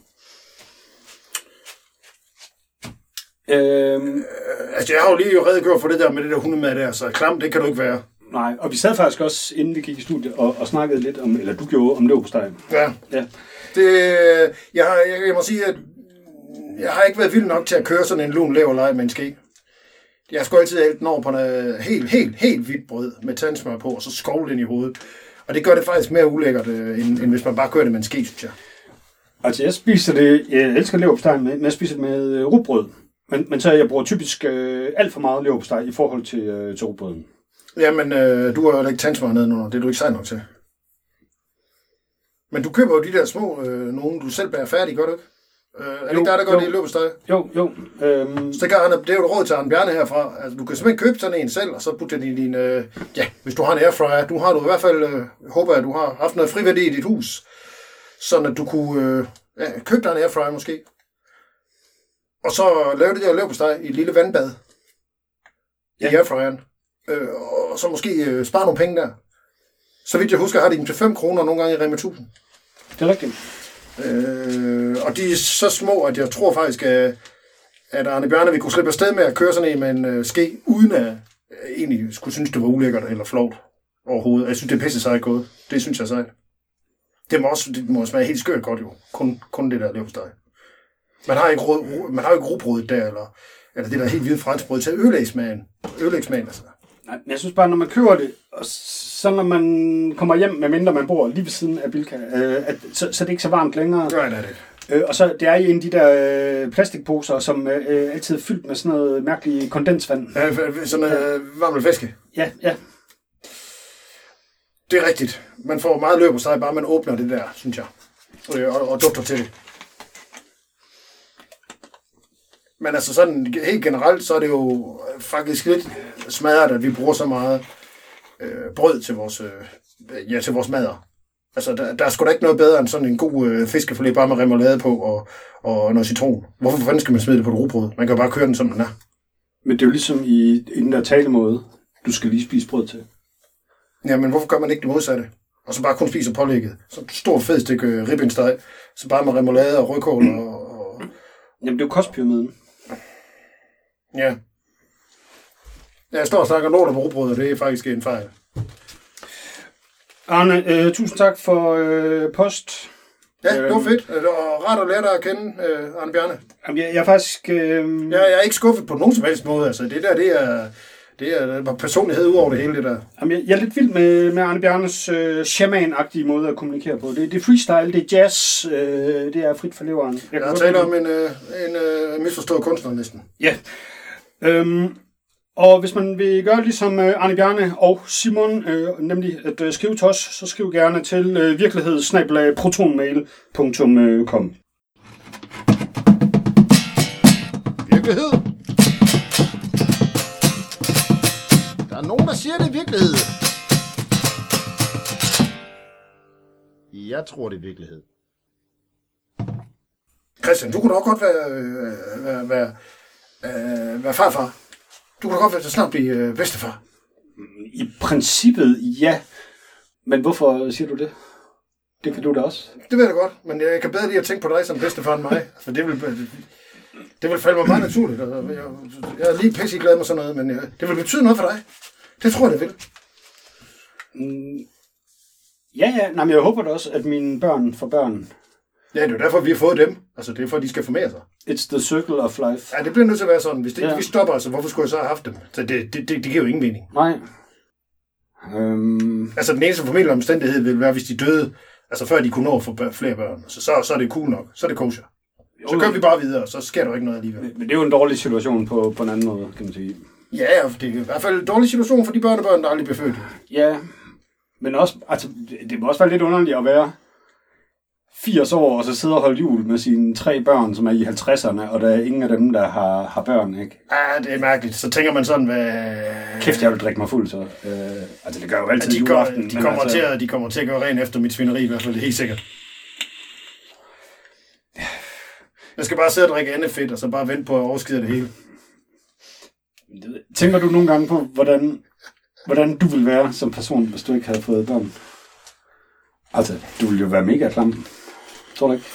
Øhm, øh, altså, jeg har jo lige redegjort for det der med det der hundemad der, så klam, det kan du ikke være. Nej, og vi sad faktisk også, inden vi gik i studiet, og, og snakkede lidt om, eller du gjorde, om leverpostej. Ja. ja. Det, jeg, har, jeg, jeg må sige, at jeg har ikke været vild nok til at køre sådan en lun leverlej med en ske. Jeg har sgu altid hældt den over på noget helt, helt, helt hvidt brød med tandsmør på, og så skovle ind i hovedet. Og det gør det faktisk mere ulækkert, end, end hvis man bare kører det med en ske, synes jeg. Altså, jeg spiser det, jeg elsker leverpostej, men jeg spiser det med rugbrød. Men, men så jeg bruger typisk øh, alt for meget leverpostej i forhold til, øh, til rugbrøden. Jamen, øh, du har jo ikke tandsmør nedenunder. Det er du ikke sej nok til. Men du køber jo de der små, øh, nogen du selv bærer færdig, gør du ikke? Øh, er det ikke der, der gør det i leverpostej? Jo, jo. Øhm... Så det, gør, det er jo et råd til Arne Bjarne herfra. Altså, du kan simpelthen købe sådan en selv, og så putte den i din... Øh, ja, hvis du har en airfryer. Du har du i hvert fald... Øh, håber, at du har haft noget friværdi i dit hus. Sådan at du kunne øh, ja, købe dig en airfryer måske. Og så lave det der leverpostej i et lille vandbad. Ja. I airfryeren. Øh, og så måske øh, spare nogle penge der. Så vidt jeg husker, har de dem til fem kroner nogle gange i Rema tusind. Det er rigtigt. Øh, og de er så små, at jeg tror faktisk, at, at Arne Bjarne vil kunne slippe afsted med at køre sådan en med en øh, ske, uden at jeg egentlig skulle synes, det var ulækkert eller flovt overhovedet. Jeg synes, det er pisse sejt gået. Det synes jeg sejt. Det må også, det må smage helt skørt godt jo. Kun, kun det der leverpostej. Man har ikke, ro, man har ikke rugbrødet der, eller, eller det der helt hvide franskbrød til ødelægsmagen. Ødelægsmagen, altså. Nej, men jeg synes bare, når man køber det, og så når man kommer hjem, medmindre man bor lige ved siden af Bilka, øh, at, så, så det er ikke så varmt længere. Nej, det er det. Øh, og så det er i en af de der øh, plastikposer, som øh, altid er fyldt med sådan noget mærkeligt kondensvand. Ja, sådan noget øh, varm væske. Ja, ja. Det er rigtigt. Man får meget løb på sig, bare man åbner det der, synes jeg. Og, og dufter til det. Men altså sådan helt generelt, så er det jo faktisk lidt smadret, at vi bruger så meget øh, brød til vores, øh, ja, til vores madder. Altså, der, der er sgu da ikke noget bedre end sådan en god øh, fiskefilet, bare med remoulade på og, og noget citron. Hvorfor fanden skal man smide det på et rugbrød? Man kan jo bare køre den, som den er. Men det er jo ligesom i, i den der talemåde, du skal lige spise brød til. Ja, men hvorfor gør man ikke det modsatte? Og så bare kun spiser pålægget. Så et stort fedt stykke øh, ribbensteg, så bare med remoulade og rødkål og... og... Jamen, det er jo kostpyramiden. Ja. Jeg står og snakker lort på rugbrød, og det er faktisk en fejl. Arne, øh, tusind tak for øh, post. Ja, det var fedt. Det var rart at lære dig at kende, øh, Arne Bjarne. Jamen, jeg, jeg er faktisk... Øh... Jeg, jeg er ikke skuffet på nogen som helst måde. Altså, det der, det er... Det er der personlighed ud over det hele, det der. Jamen, jeg, jeg er lidt vild med, med Arne Bjarnes øh, shaman-agtige måde at kommunikere på. Det, det er freestyle, det er jazz, øh, det er frit for leveren. Jeg, jeg har talt om en, øh, en øh, misforstået kunstner næsten. Ja. Øhm, og hvis man vil gøre ligesom øh, Arne Bjarne og Simon, øh, nemlig at øh, skrive til os, så skriv gerne til øh, virkelighed snabel-a protonmail punktum com. Virkelighed? Der er nogen, der siger, det er virkelighed. Jeg tror, det er virkelighed. Christian, du kunne da også godt være, øh, være, være, øh, være farfar. Du kunne da godt være så snart blive øh, bedstefar. I princippet, ja. Men hvorfor siger du det? Det kan du da også. Det ved jeg godt, men jeg kan bedre lige at tænke på dig som bedstefar end mig. For det vil, det vil falde mig meget naturligt. Jeg, jeg er lige pisse glad med sådan noget, men jeg, det vil betyde noget for dig. Det tror jeg, det vil. Mm, ja, ja. Nej, men jeg håber da også, at mine børn får børn. Ja, det er jo derfor, vi har fået dem. Altså, det er for, at de skal formere sig. It's the circle of life. Ja, det bliver nødt til at være sådan. Hvis det ikke ja. vi stopper, altså, hvorfor skulle jeg så have haft dem? Så det, det, det, det giver jo ingen mening. Nej. Um... Altså, den eneste formelle omstændighed ville være, hvis de døde, altså før de kunne nå at få flere børn. Så, så, så er det cool nok. Så er det kosher. Så kører vi bare videre, og så sker der jo ikke noget alligevel. Men det er jo en dårlig situation på, på en anden måde, kan man sige. Ja, det er i hvert fald en dårlig situation for de børnebørn, der aldrig bliver født. Ja, men også, altså, det må også være lidt underligt at være firs år, og så sidde og holde jul med sine tre børn, som er i halvtredserne, og der er ingen af dem, der har, har børn, ikke? Ja, det er mærkeligt. Så tænker man sådan, hvad... Kæft, jeg vil drikke mig fuld, så. Øh, altså, det gør jo altid ja, de juleaften. De kommer, altså... til at, de kommer til at gøre ren efter mit svineri, i hvert fald, det er helt sikkert. Jeg skal bare sidde og drikke andet fedt, og så bare vente på at overskide det hele. Tænker du nogle gange på, hvordan, hvordan du ville være som person, hvis du ikke havde fået børn? Altså, du ville jo være mega klam. Tror du ikke?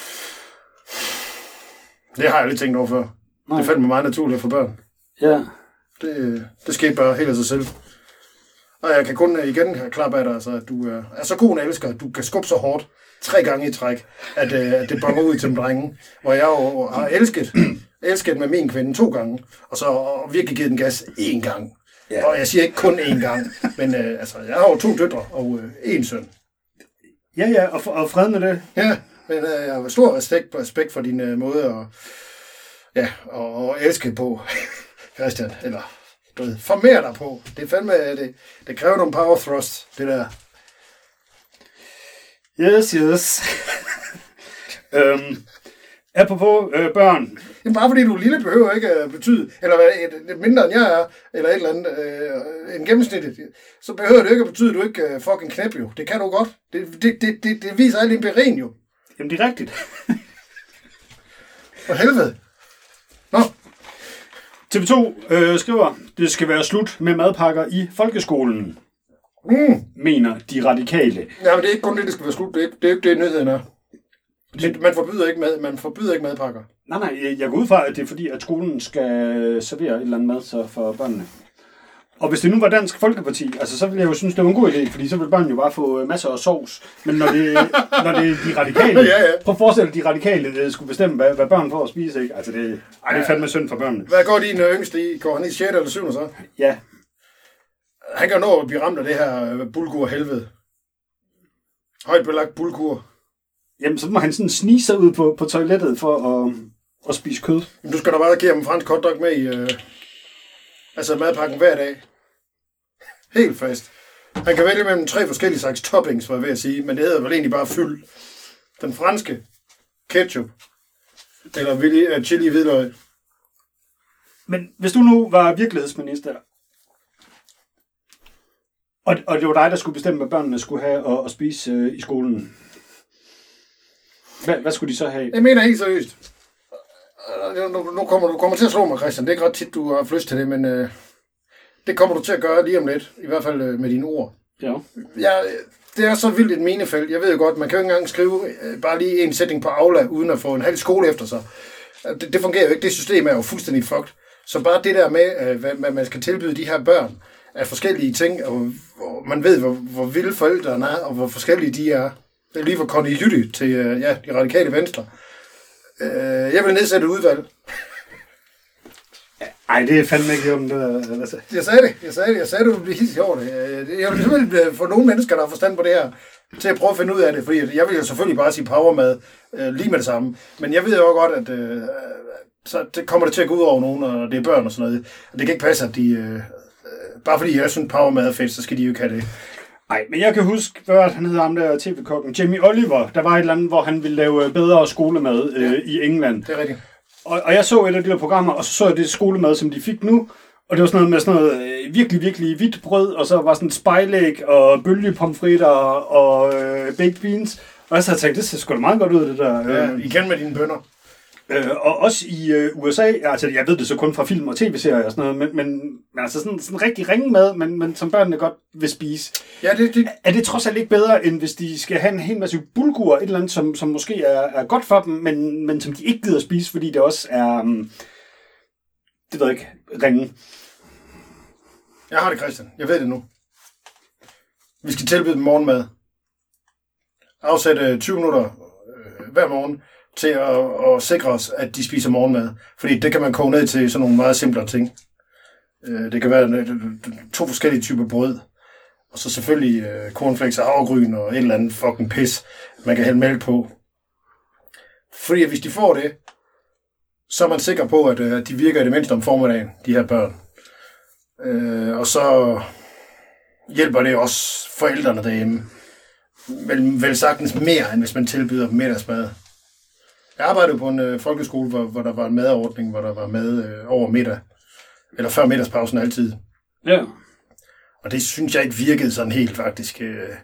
Det har jeg lidt tænkt over før. Nej. Det faldt mig meget naturligt at få børn. Ja. Det, det skete bare helt af sig selv. Og jeg kan kun igen klappe af dig, altså, at du er så god en elsker, at du kan skubbe så hårdt tre gange i træk, at, at det bonger ud til en drenge. Hvor jeg jo har elsket, elsket med min kvinde to gange, og så og virkelig givet den gas én gang. Ja. Og jeg siger ikke kun én gang, men øh, altså, jeg har jo to døtre og øh, en søn. Ja, ja, og, og fred med det. Ja, men øh, jeg har stor respekt, respekt for din øh, måde at, ja, og, og elske på, Christian, eller du ved, former dig på. Det er fandme, det, det kræver nogle power thrust, det der. Yes, yes. øhm, apropos øh, børn. Jamen, bare fordi du er lille, behøver ikke at betyde, eller et, et mindre end jeg er, eller et eller andet, øh, en gennemsnitligt, så behøver det ikke at betyde, at du ikke øh, fucking knæp jo. Det kan du godt. Det, det, det, det, det viser al din berin jo. Jamen, det er rigtigt. For helvede. Nå. T V to øh, skriver, det skal være slut med madpakker i folkeskolen. Mm. Mener de radikale. Ja, men det er ikke kun det, det skal være slut. Det er ikke det, er ikke det nyheden er. Det, man, forbyder ikke mad, man forbyder ikke madpakker. Nej, nej, jeg går ud fra, at det er fordi, at skolen skal servere et eller andet mad så for børnene. Og hvis det nu var Dansk Folkeparti, altså, så ville jeg jo synes, det var en god idé, fordi så ville børnene jo bare få masser af sovs. Men når det, når det er de radikale, ja, ja. prøv at forestille de radikale skulle bestemme, hvad, hvad børn får at spise, ikke? Altså, det, ej, det er fandme synd for børnene. Hvad går din yngste i? Går han i sjette eller syvende så? Ja. Han kan nå at blive ramt af det her bulgur helvede. Højt belagt bulgur. Jamen, så må han sådan snige sig ud på, på toilettet for at, at spise kød. Jamen, du skal da bare give ham en fransk hotdog med i øh, altså madpakken hver dag. Helt fast. Han kan vælge mellem tre forskellige slags toppings, var jeg ved at sige, men det hedder vel egentlig bare fyld. Den franske, ketchup, eller chili hvidløg. Men hvis du nu var virkelighedsminister, og, og det var dig, der skulle bestemme, hvad børnene skulle have at, at spise øh, i skolen, hvad, hvad skulle de så have? Jeg mener helt seriøst. Nu, nu kommer du kommer til at slå mig, Christian. Det er ikke ret tit, du har lyst til det, men øh, det kommer du til at gøre lige om lidt. I hvert fald øh, med dine ord. Ja. Jeg, det er så vildt et minefelt. Jeg ved jo godt, man kan jo ikke engang skrive øh, bare lige en sætning på Aula, uden at få en halv skole efter sig. Det, det fungerer jo ikke. Det system er jo fuldstændig fucked. Så bare det der med, øh, hvad man skal tilbyde de her børn af forskellige ting, og, og man ved, hvor, hvor vilde forældrene er, og hvor forskellige de er. Det er lige fra Connie Hytte til øh, ja, de radikale venstre. Øh, jeg vil nedsætte et udvalg. Ej, det er fandme ikke om det. Altså. Jeg sagde det. Jeg sagde det. Jeg sagde det, du blive helt over det. Jeg vil simpelthen få nogle mennesker, der har forstand på det her, til at prøve at finde ud af det. Fordi jeg vil jo selvfølgelig bare sige powermad øh, lige med det samme. Men jeg ved jo godt, at øh, så det kommer det til at gå ud over nogen, og det er børn og sådan noget. Og det kan ikke passe, at de... Øh, bare fordi jeg synes, powermad er fedt, så skal de jo ikke have det. Nej, men jeg kan huske, hvad han hedder ham der tv-kokken, Jamie Oliver. Der var et eller andet, hvor han ville lave bedre skolemad øh, ja, i England. Det er rigtigt. Og, og jeg så et af de der programmer, og så så jeg det skolemad, som de fik nu. Og det var sådan noget med sådan noget øh, virkelig, virkelig hvidt brød, og så var sådan spejlæg og bølgepomfritter og øh, baked beans. Og jeg så havde tænkt, det ser sgu da meget godt ud, det der. Ja, igen med dine bønner. Øh, og også i øh, U S A, altså jeg ved det så kun fra film og tv-serier og sådan noget, men, men, men altså sådan, sådan rigtig ringemad, men, men som børnene godt vil spise. Ja, det, det... Er det trods alt ikke bedre, end hvis de skal have en hel masse bulgur, et eller andet, som, som måske er, er godt for dem, men, men som de ikke gider at spise, fordi det også er, um, det ved jeg ikke, ringe. Jeg har det, Christian. Jeg ved det nu. Vi skal tilbyde dem morgenmad. Afsætte tyve minutter øh, hver morgen til at, at sikre os, at de spiser morgenmad. Fordi det kan man koge ned til sådan nogle meget simplere ting. Det kan være to forskellige typer brød. Og så selvfølgelig øh, cornflakes og havregryn og et eller andet fucking pis, man kan hælde mælk på. Fordi hvis de får det, så er man sikker på, at øh, de virker i det mindste om formiddagen, de her børn. Øh, og så hjælper det også forældrene derhjemme. Vel, vel sagtens mere, end hvis man tilbyder dem middagsmad. Jeg arbejdede på en øh, folkeskole, hvor, hvor der var en madordning, hvor der var mad øh, over middag. Eller før middagspausen altid. Ja. Og det synes jeg ikke virkede sådan helt, faktisk.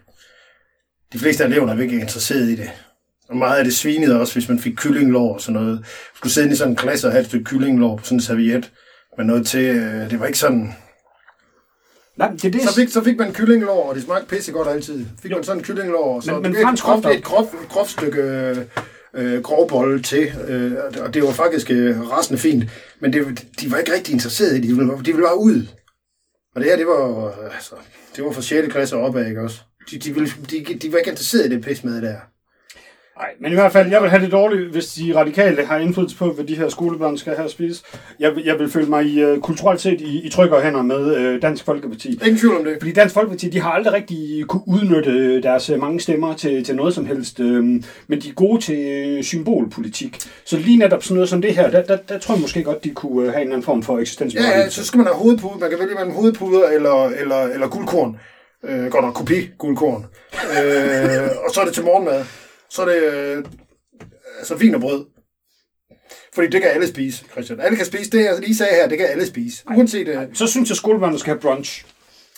De fleste af eleverne er virkelig interesseret i det. Og meget af det svinede også, hvis man fik kyllinglår og sådan noget. Du skulle sidde i sådan en klasse og have et stykke kyllinglår på sådan en serviet. Men noget til, det var ikke sådan... Nej, det er det. Så fik, så fik man kyllinglår, og det smagte pisse godt altid. Fik jo. Man sådan en kyllinglår, og så men, men et, groft, et groft, groft stykke øh, grovbolle til. Øh, og det var faktisk øh, rasende fint. Men det, de var ikke rigtig interesserede i det. De ville, de ville bare ud. Og det her, det var, altså, det var fra sjette klasse opad, ikke også? De, de, ville, de, de var ikke interesseret i det pis med der. Nej, men i hvert fald, jeg vil have det dårligt, hvis de radikale har indflydelse på, hvad de her skolebørn skal have at spise. Jeg, jeg vil føle mig i, uh, kulturelt set i, i tryggere hænder med uh, Dansk Folkeparti. Ingen tvivl om det. Fordi Dansk Folkeparti, de har aldrig rigtig kunne udnytte deres uh, mange stemmer til, til noget som helst. Uh, men de er gode til uh, symbolpolitik. Så lige netop sådan noget som det her, der, der, der tror jeg måske godt, de kunne uh, have en eller anden form for eksistensberettigelse. Ja, ja, så skal man have hovedpuder. Man kan vælge mellem hovedpuder eller, eller, eller guldkorn. Uh, godt nok kopi guldkorn. uh, og så er det til morgenmad. Så er det øh, altså vin og brød. Fordi det kan alle spise, Christian. Alle kan spise det, jeg lige sagde her, det kan alle spise. Uanset det. Så synes jeg, at skolebørnene skal have brunch.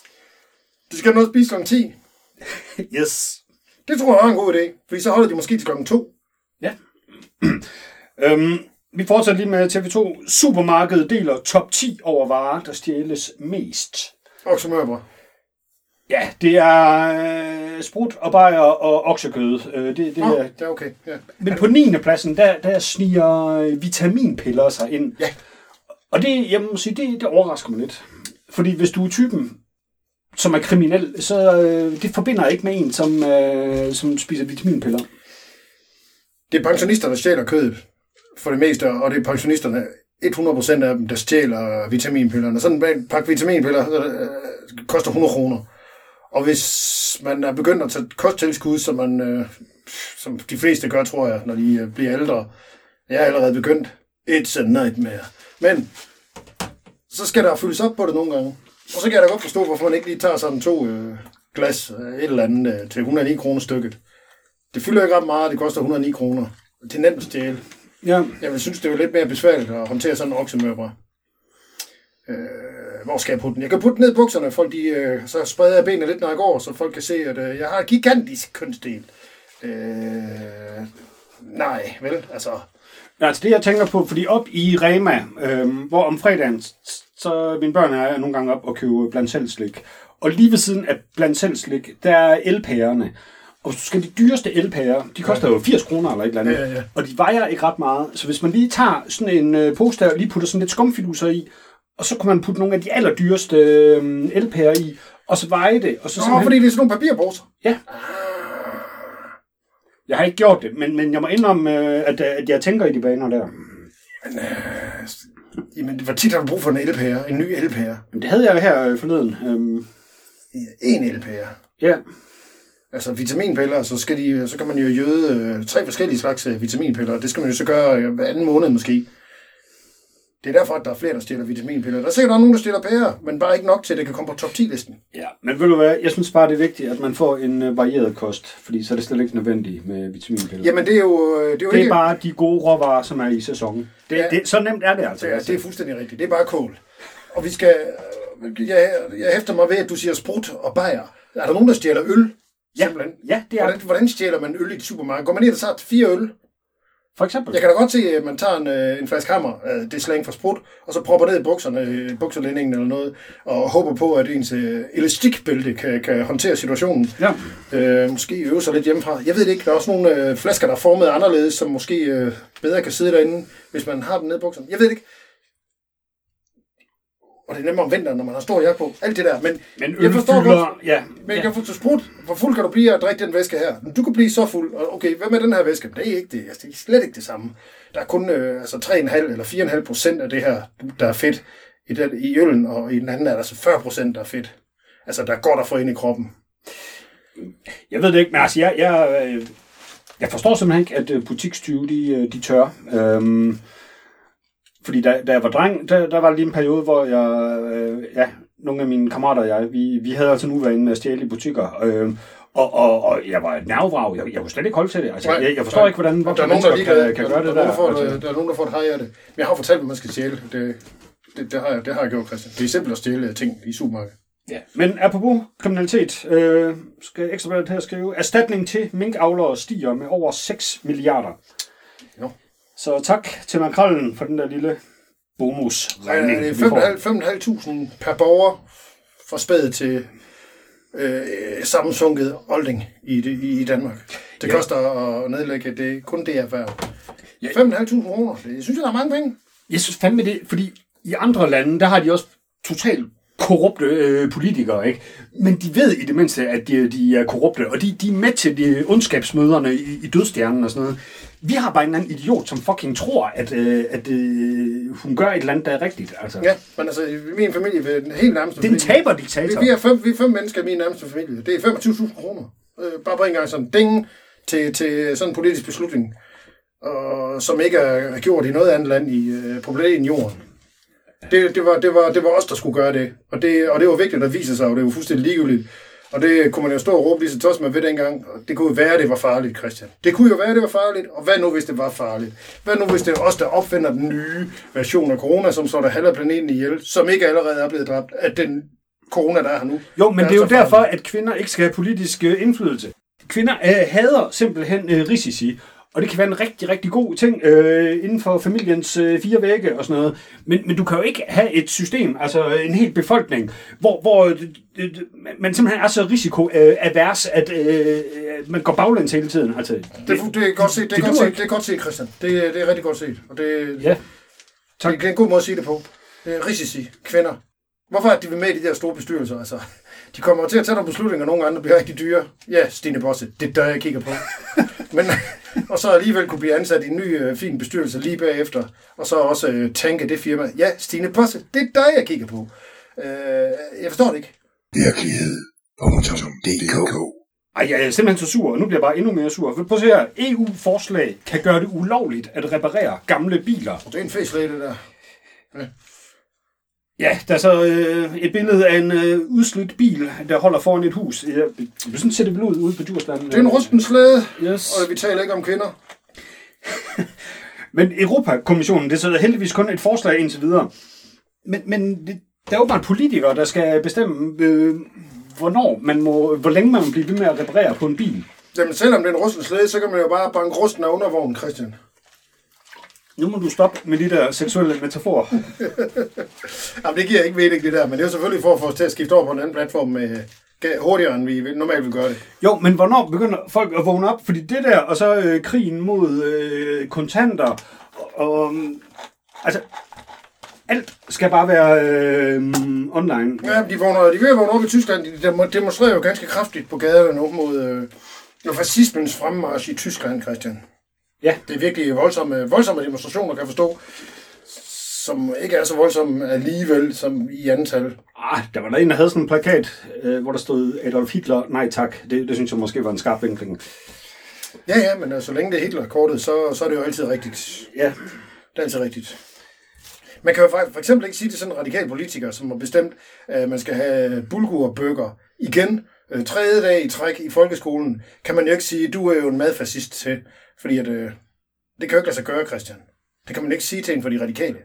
De skal noget spise klokken ti. Yes. Det tror jeg er en god idé, fordi så holder de måske til klokken to. Ja. øhm, vi fortsætter lige med T V to. Supermarkedet deler top ti over varer, der stjæles mest. Oksemørbrød. Ja, det er øh, sprut og bajer og oksekød. Øh, det, det, oh, er, det er okay. Ja. Men på niende pladsen, der, der sniger vitaminpiller sig ind. Ja. Og det, jeg må sige, det, det overrasker mig lidt. Fordi hvis du er typen, som er kriminel, så øh, det forbinder ikke med en, som, øh, som spiser vitaminpiller. Det er pensionister, der stjæler kødet for det meste, og det er pensionisterne, hundrede procent af dem, der stjæler vitaminpillerne. Sådan en pakke vitaminpiller øh, koster hundrede kroner. Og hvis man er begyndt at tage kosttilskud, som, man, øh, som de fleste gør, tror jeg, når de øh, bliver ældre. Jeg er allerede begyndt. It's a nightmare. Men så skal der fyldes op på det nogle gange. Og så kan jeg da godt forstå, hvorfor man ikke lige tager sådan to, øh, glas, et eller andet, til et hundrede og ni kroner stykket. Det fylder ikke ret meget, det koster et hundrede og ni kroner. Det er nemt at stjæle. Ja. Jeg vil synes, det er lidt mere besværligt at håndtere sådan en oksemørbrad. Øh, hvor skal jeg putte den? Jeg kan putte den ned i bukserne, folk de, øh, så spreder jeg benene lidt, når jeg går, så folk kan se, at øh, jeg har et gigantisk kønsdel. Øh, nej, vel, altså... Ja, altså det jeg tænker på, fordi op i Rema, øh, hvor om fredagen, så mine børn er nogle gange op og købe blandt selv slik. Og lige ved siden af blandt selv slik, der er elpærerne. Og hvis du skal de dyreste elpærer, de koster jo firs kroner eller et eller andet. Ja, ja, ja. Og de vejer ikke ret meget. Så hvis man lige tager sådan en øh, pose der, og lige putter sådan lidt skumfiduser i, og så kan man putte nogle af de allerdyreste øh, elpærer i, og så veje det. Og så Nå, simpelthen... fordi det er sådan nogle papirposer. Ja. Jeg har ikke gjort det, men, men jeg må indrømme, øh, at, at jeg tænker i de baner der. Men, øh, jamen, hvor tit har du brug for en elpære? En ny elpære? Men det havde jeg her øh, forleden. Øhm... En elpære? Ja. Altså vitaminpiller, så, skal de, så kan man jo jøde øh, tre forskellige slags øh, vitaminpiller. Det skal man jo så gøre øh, hver anden måned måske. Det er derfor, at der er flere, der stjæler vitaminpiller. Der er sikkert også nogen, der stjæler pærer, men bare ikke nok til, at det kan komme på top ti-listen. Ja, men ved du hvad, jeg synes bare, det er vigtigt, at man får en uh, varieret kost, fordi så er det slet ikke nødvendigt med vitaminpiller. Jamen, det er jo, det er jo det er ikke... bare de gode råvarer, som er i sæsonen. Det, Ja. det, så nemt er det altså. Det er, det er fuldstændig rigtigt. Det er bare kål. Og vi skal... Jeg, jeg hæfter mig ved, at du siger sprut og bajer. Er der nogen, der stjæler øl? Ja, Simpelthen? ja det er hvordan, hvordan stjæler man øl i et supermarked? Går man ned og tager fire øl? For eksempel. Jeg kan da godt se, at man tager en, en flaske hammer, det er slang for sprut, og så propper ned i bukserne, bukserlændingen eller noget, og håber på, at ens elastikbælte kan, kan håndtere situationen. Ja. Øh, måske øve sig lidt hjemmefra. Jeg ved det ikke, der er også nogle øh, flasker, der er formet anderledes, som måske øh, bedre kan sidde derinde, hvis man har den nede i bukserne. Jeg ved det ikke. Og det er nemmere om vinteren, når man har stor jakke på. Alt det der. Men, men jeg forstår fylder, godt. Ja. Men jeg kan få til sprut. Hvor fuld kan du blive at drikke den væske her? Du kan blive så fuld. Og okay, hvad med den her væske? Det er ikke det. Altså, det er slet ikke det samme. Der er kun øh, altså tre komma fem eller fire komma fem procent af det her, der er fedt i, den, i øllen, og i den anden er der så fyrre procent, der er fedt. Altså, der går der for ind i kroppen. Jeg ved det ikke, men altså, jeg, jeg, jeg forstår simpelthen ikke, at butikstyve, de, de tør. Øhm, fordi da, da jeg var dreng, der, der var lige en periode, hvor jeg, øh, ja, nogle af mine kammerater og jeg, vi, vi havde altså nu været inde med at stjæle i butikker. Øh, og, og, og jeg var et nervevrag. Jeg, jeg kunne slet ikke holde til det. Altså, jeg, jeg forstår nej, ikke, hvordan voksne mennesker kan, kan, kan gøre det der. Der, får, altså. der er nogen, der får et hej af det. Men jeg har fortalt, hvad man skal stjæle. Det, det, det, har, jeg, det har jeg gjort, Christian. Det er simpelt at stjæle ting i supermarkedet. Ja. Men apropos kriminalitet, øh, skal Ekstrabladet her skrive, erstatning til minkavlere stiger med over seks milliarder. Jo. Så tak til Makrallen for den der lille bonusregning. Ja, det er fem komma fem tusind per borger for spædet til øh, sammensunket olding i, i, i Danmark. Det ja. koster at nedlægge det kun det erhverv. Ja. fem komma fem tusind kroner, det synes jeg, der er mange penge. Jeg synes fandme det, fordi i andre lande, der har de også totalt korrupte øh, politikere, ikke? Men de ved i det mindste, at de, de er korrupte, og de, de er med til de ondskabsmøderne i, i dødstjernen og sådan noget. Vi har bare en anden idiot, som fucking tror, at, øh, at øh, hun gør et eller andet, der er rigtigt. Altså. Ja, men altså, i min familie, ved den helt nærmeste familie... Det er en taberdiktator. Vi, vi, er fem, vi er fem mennesker i min nærmeste familie. Det er femogtyve tusind kroner. Øh, bare på en gang sådan ding til, til sådan en politisk beslutning, og, som ikke er gjort i noget andet land i, øh, på planeten Jorden. Det, det, var, det, var, det var os, der skulle gøre det. Og det, og det var vigtigt at vise sig, og det var fuldstændig ligegyldigt. Og det kunne man jo stå og råbe lige så tosset med ved dengang. Og det kunne jo være, at det var farligt, Christian. Det kunne jo være, at det var farligt. Og hvad nu, hvis det var farligt? Hvad nu, hvis det er os, der opfinder den nye version af corona, som så der halver planeten ihjel, som ikke allerede er blevet dræbt, at den corona, der er her nu? Jo, men det er jo derfor, at kvinder ikke skal have politisk indflydelse. Kvinder øh, hader simpelthen øh, risici. Og det kan være en rigtig, rigtig god ting øh, inden for familiens øh, fire vægge og sådan noget. Men, men du kan jo ikke have et system, altså en hel befolkning, hvor, hvor øh, øh, man simpelthen er så risikoavers, at øh, man går baglæns hele tiden. Altså, det, det, det er godt set, det, det, er godt set, det er godt set, Christian. Det, det er rigtig godt set. Og det, ja. Tak. Det er en god måde at sige det på. Det er risici, kvinder. Hvorfor er de med i de der store bestyrelser? Altså, de kommer til at tage nogle beslutninger, og nogle andre bliver rigtig dyre. Ja, Stine Bosse, det er der, jeg kigger på. Men, og så alligevel kunne blive ansat i en ny, øh, fin bestyrelse lige bagefter, og så også øh, tænke det firma. Ja, Stine Bosse, det er der, jeg kigger på. Øh, jeg forstår det ikke. Virkelighed punktum d k. Ej, jeg er simpelthen så sur, og nu bliver jeg bare endnu mere sur. Prøv at se her. E U-forslag kan gøre det ulovligt at reparere gamle biler. Det er en fæslæge, det der. Ja. Ja, der er så øh, et billede af en øh, udslidt bil, der holder foran et hus. Ja, sådan ser det vel ud ude på Djursland. Det er en rusten slæde, yes. Og vi taler ikke om kvinder. Men Europakommissionen, det er så heldigvis kun et forslag indtil videre. Men, men det, der er jo bare politikere, der skal bestemme, øh, hvornår man må, hvor længe man må blive ved med at reparere på en bil. Jamen selvom det er en rusten slæde, så kan man jo bare banke rusten af undervognen, Christian. Nu må du stoppe med de der seksuelle metaforer. Jamen det giver ikke mening det der, men det er jo selvfølgelig for at få os til at skifte over på en anden platform med, hurtigere, end vi normalt vil gøre det. Jo, men hvornår begynder folk at vågne op? Fordi det der, og så øh, krigen mod øh, kontanter, og, og altså, alt skal bare være øh, online. Ja, de, vågner, de vil vågne op i Tyskland. De demonstrerer jo ganske kraftigt på gaderne nu mod øh, fascismens fremmarch i Tyskland, Christian. Ja. Det er virkelig voldsomme, voldsomme demonstrationer, kan jeg forstå, som ikke er så voldsomme alligevel som i antal. Ah, der var der en, der havde sådan en plakat, øh, hvor der stod Adolf Hitler, nej tak. Det, det synes jeg måske var en skarp vinkling. Ja, ja, men så længe det er Hitler-kortet, så, så er det jo altid rigtigt. Ja. Det er altid rigtigt. Man kan jo for eksempel ikke sige til sådan en radikal politiker, som har bestemt, at man skal have bulgurburger igen, øh, tredje dag i træk i folkeskolen, kan man jo ikke sige, at du er jo en madfascist til, fordi at, øh, det kan jo ikke lade sig gøre, Christian. Det kan man ikke sige til en for de radikale.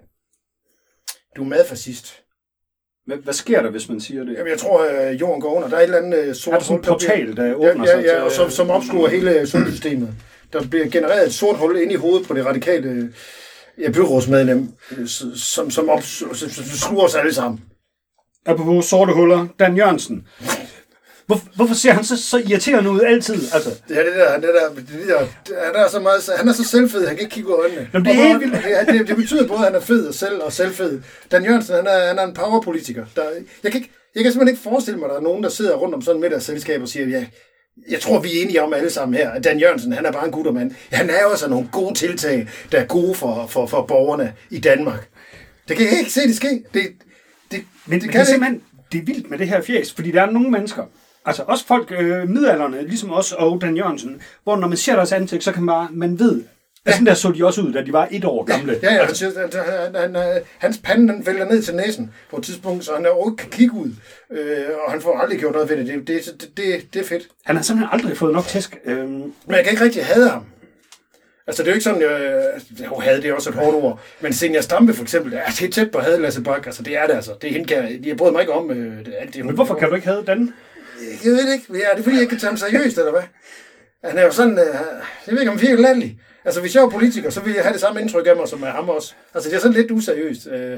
Du er madfascist. Hvad, hvad sker der, hvis man siger det? Jamen, jeg tror, at jorden går under. Der er et eller andet uh, sort hul. Er det sådan en portal, der åbner ja, sig? Ja, ja, og som, som opsluger hele sundhedssystemet. Der bliver genereret et sort hul ind i hovedet på det radikale ja, byrådsmedlem, som, som, op, som, som sluger os alle sammen. Apropos sorte huller, Dan Jørgensen. Hvor, hvorfor ser han så, så irriterende ud altid? Altså? Det er det der, det der, det der han, er så meget, han er så selvfed, han kan ikke kigge ud af øjnene. Jamen, det er helt vildt. Det, det, det betyder både, at han er fed og selv og selvfed. Dan Jørgensen, han er, han er en powerpolitiker. Der, jeg, kan ikke, jeg kan simpelthen ikke forestille mig, at der er nogen, der sidder rundt om sådan et middagsselskab og siger, ja, jeg tror, vi er enige om alle sammen her, at Dan Jørgensen, han er bare en guttermand. Han er jo også nogle gode tiltag, der er gode for, for, for borgerne i Danmark. Det kan jeg ikke se, det ske. Det, det, men, det, men kan det er simpelthen det er vildt med det her fjæs, fordi der er nogle mennesker, altså også folk, øh, midaldrende, ligesom os og Dan Jørgensen, hvor når man ser deres ansigt, så kan man bare, man ved, ja. Sådan der så de også ud, da de var et år gamle. Ja, ja, altså, han, han, han, hans pande, den vælger ned til næsen på et tidspunkt, så han jo ikke kan kigge ud, øh, og han får aldrig gjort noget ved det. Det, det, det, det, det er fedt. Han har simpelthen aldrig fået nok tæsk. Øh... Men jeg kan ikke rigtig hade ham. Altså, det er jo ikke sådan, øh, jo, had det er også et hårdt ord, men Zenia Stampe for eksempel, er det tæt på at hade Lasse Bak, altså det er det altså. Det er hende, kan, jeg bryder mig ikke om øh, alt det. Men hvorfor kan du ikke have den? Jeg ved det ikke. Ja, det er fordi, jeg ikke kan tage ham seriøst, eller hvad? Han er jo sådan, øh, jeg ved ikke, om han er virkelig landlig. Altså, hvis jeg var politiker, så ville jeg have det samme indtryk af mig, som af ham også. Altså, det er sådan lidt useriøst. Øh, øh,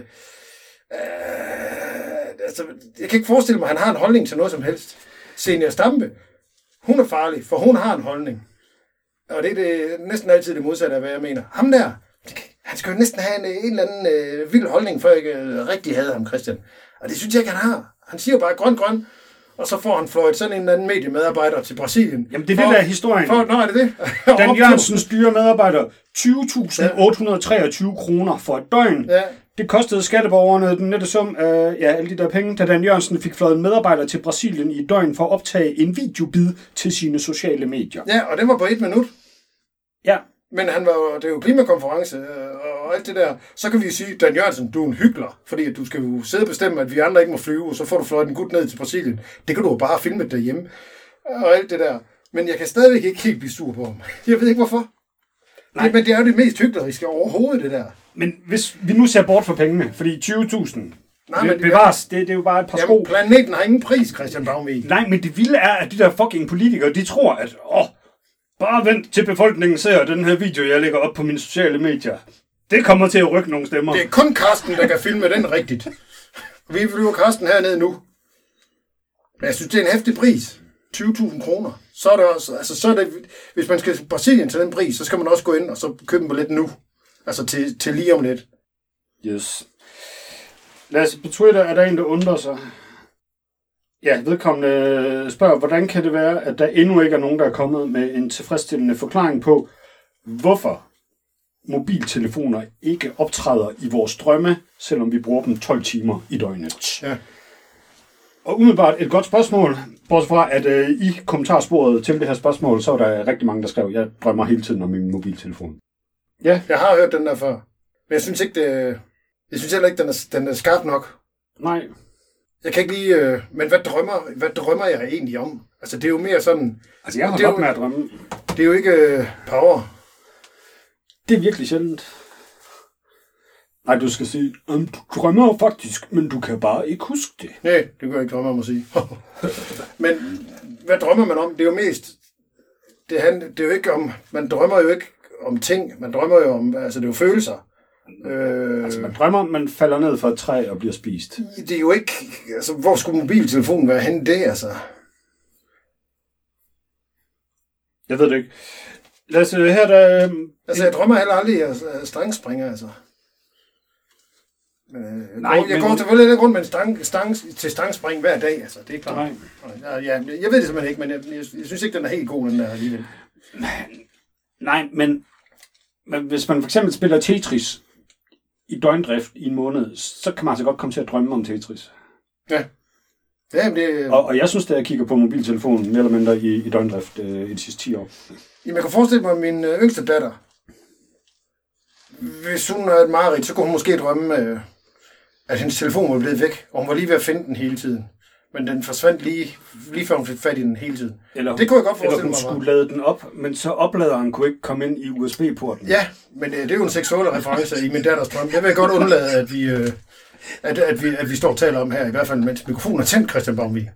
altså, jeg kan ikke forestille mig, at han har en holdning til noget som helst. Zenia Stampe, hun er farlig, for hun har en holdning. Og det er det, næsten altid det modsatte af, hvad jeg mener. Ham der, han skal jo næsten have en, en eller anden øh, vild holdning, før jeg ikke øh, rigtig havde ham, Christian. Og det synes jeg ikke, han har. Han siger bare grøn, grøn. Og så får han fløjet sådan en eller anden mediemedarbejder til Brasilien. Jamen, det er for, det der historien. For, nå, er det det? Dan Jørgensen styrer medarbejder tyve tusind otte hundrede og treogtyve kroner for et døgn. Ja. Det kostede skatteborgerne den nette sum af ja, alle de der penge, da Dan Jørgensen fik fløjet en medarbejder til Brasilien i et døgn for at optage en videobid til sine sociale medier. Ja, og det var på et minut. Ja. Men han var, det er jo klimakonference og alt det der. Så kan vi sige, Dan Jørgensen, du er en hyggelig, fordi du skal jo sidde og bestemme, at vi andre ikke må flyve, og så får du fløjet en gut ned til Brasilien. Det kan du jo bare filme derhjemme og alt det der. Men jeg kan stadigvæk ikke helt blive sur på ham. Jeg ved ikke hvorfor. Nej. Men det er jo det mest hykleriske overhovedet, det der. Men hvis vi nu ser bort for pengene, fordi tyve tusind Nej, bevares, det, det er jo bare et par sko. Planeten har ingen pris, Christian Baumvig. Nej, men det vilde er, at de der fucking politikere, de tror, at åh, bare vent til befolkningen ser den her video, jeg lægger op på mine sociale medier. Det kommer til at rykke nogle stemmer. Det er kun Karsten, der kan filme den rigtigt. Vi flyver Karsten hernede nu. Men jeg synes, det er en hæftig pris. tyve tusind kroner. Så er det også, altså så er det, hvis man skal til Brasilien til den pris, så skal man også gå ind og så købe en billet nu. Altså til, til lige om lidt. Yes. Lasse, på Twitter er der en, der undrer sig. Ja, vedkommende spørger, hvordan kan det være, at der endnu ikke er nogen, der er kommet med en tilfredsstillende forklaring på, hvorfor mobiltelefoner ikke optræder i vores drømme, selvom vi bruger dem tolv timer i døgnet. Ja. Og umiddelbart et godt spørgsmål, bortset fra, at øh, i kommentarsporet til det her spørgsmål, så er der rigtig mange, der skrev, jeg drømmer hele tiden om min mobiltelefon. Ja, jeg har hørt den der før. Men jeg synes ikke, det, jeg synes heller ikke, den er, den er skarp nok. Nej. Jeg kan ikke lige... Øh, men hvad drømmer, hvad drømmer jeg egentlig om? Altså, det er jo mere sådan... Altså, jeg har godt med at drømme. Det er jo ikke øh, power. Det er virkelig sjældent. Nej, du skal sige, um, du drømmer jo faktisk, men du kan bare ikke huske det. Nej, det kan jeg ikke drømme om at sige. Men hvad drømmer man om? Det er jo mest... Det, han, det er jo ikke om... Man drømmer jo ikke om ting. Man drømmer jo om... Altså, det er jo følelser. Øh, altså, man drømmer, man falder ned fra et træ og bliver spist. Det er jo ikke... Altså, hvor skulle mobiltelefonen være henne det, altså? Jeg ved det ikke. Lad os her der... Altså, jeg drømmer heller aldrig af strangspringer, altså. Men, øh, Nej, jeg, jeg men... går selvfølgelig lidt rundt med en stang, stang, til stangspring hver dag, altså. Det er klart. Nej. Ja, ja, jeg ved det simpelthen ikke, men jeg, jeg, jeg synes ikke, den er helt god, den der alligevel. Nej, men, men hvis man for eksempel spiller Tetris i døgndrift i en måned, så kan man altså godt komme til at drømme om Tetris. Ja. Ja, det... og, og jeg synes, at jeg kigger på mobiltelefonen mere eller mindre i, i døgndrift øh, i de sidste ti år. Jamen, jeg kan forestille mig, at min øh, yngste datter, hvis hun havde et mareridt, så kunne hun måske drømme, øh, at hendes telefon var blevet væk, og hun var lige ved at finde den hele tiden. Men den forsvandt lige, lige før hun fik fat i den hele tiden. Eller, det kunne jeg godt forestille mig. Eller hun skulle lade den op, men så opladeren kunne ikke komme ind i U S B-porten. Ja, men øh, det er jo en seksuel reference i min datters drøm. Jeg vil godt undlade, at vi... Øh, At, at, vi, at vi står og taler om her, i hvert fald mens mikrofonen er tændt, Christian Baumvig.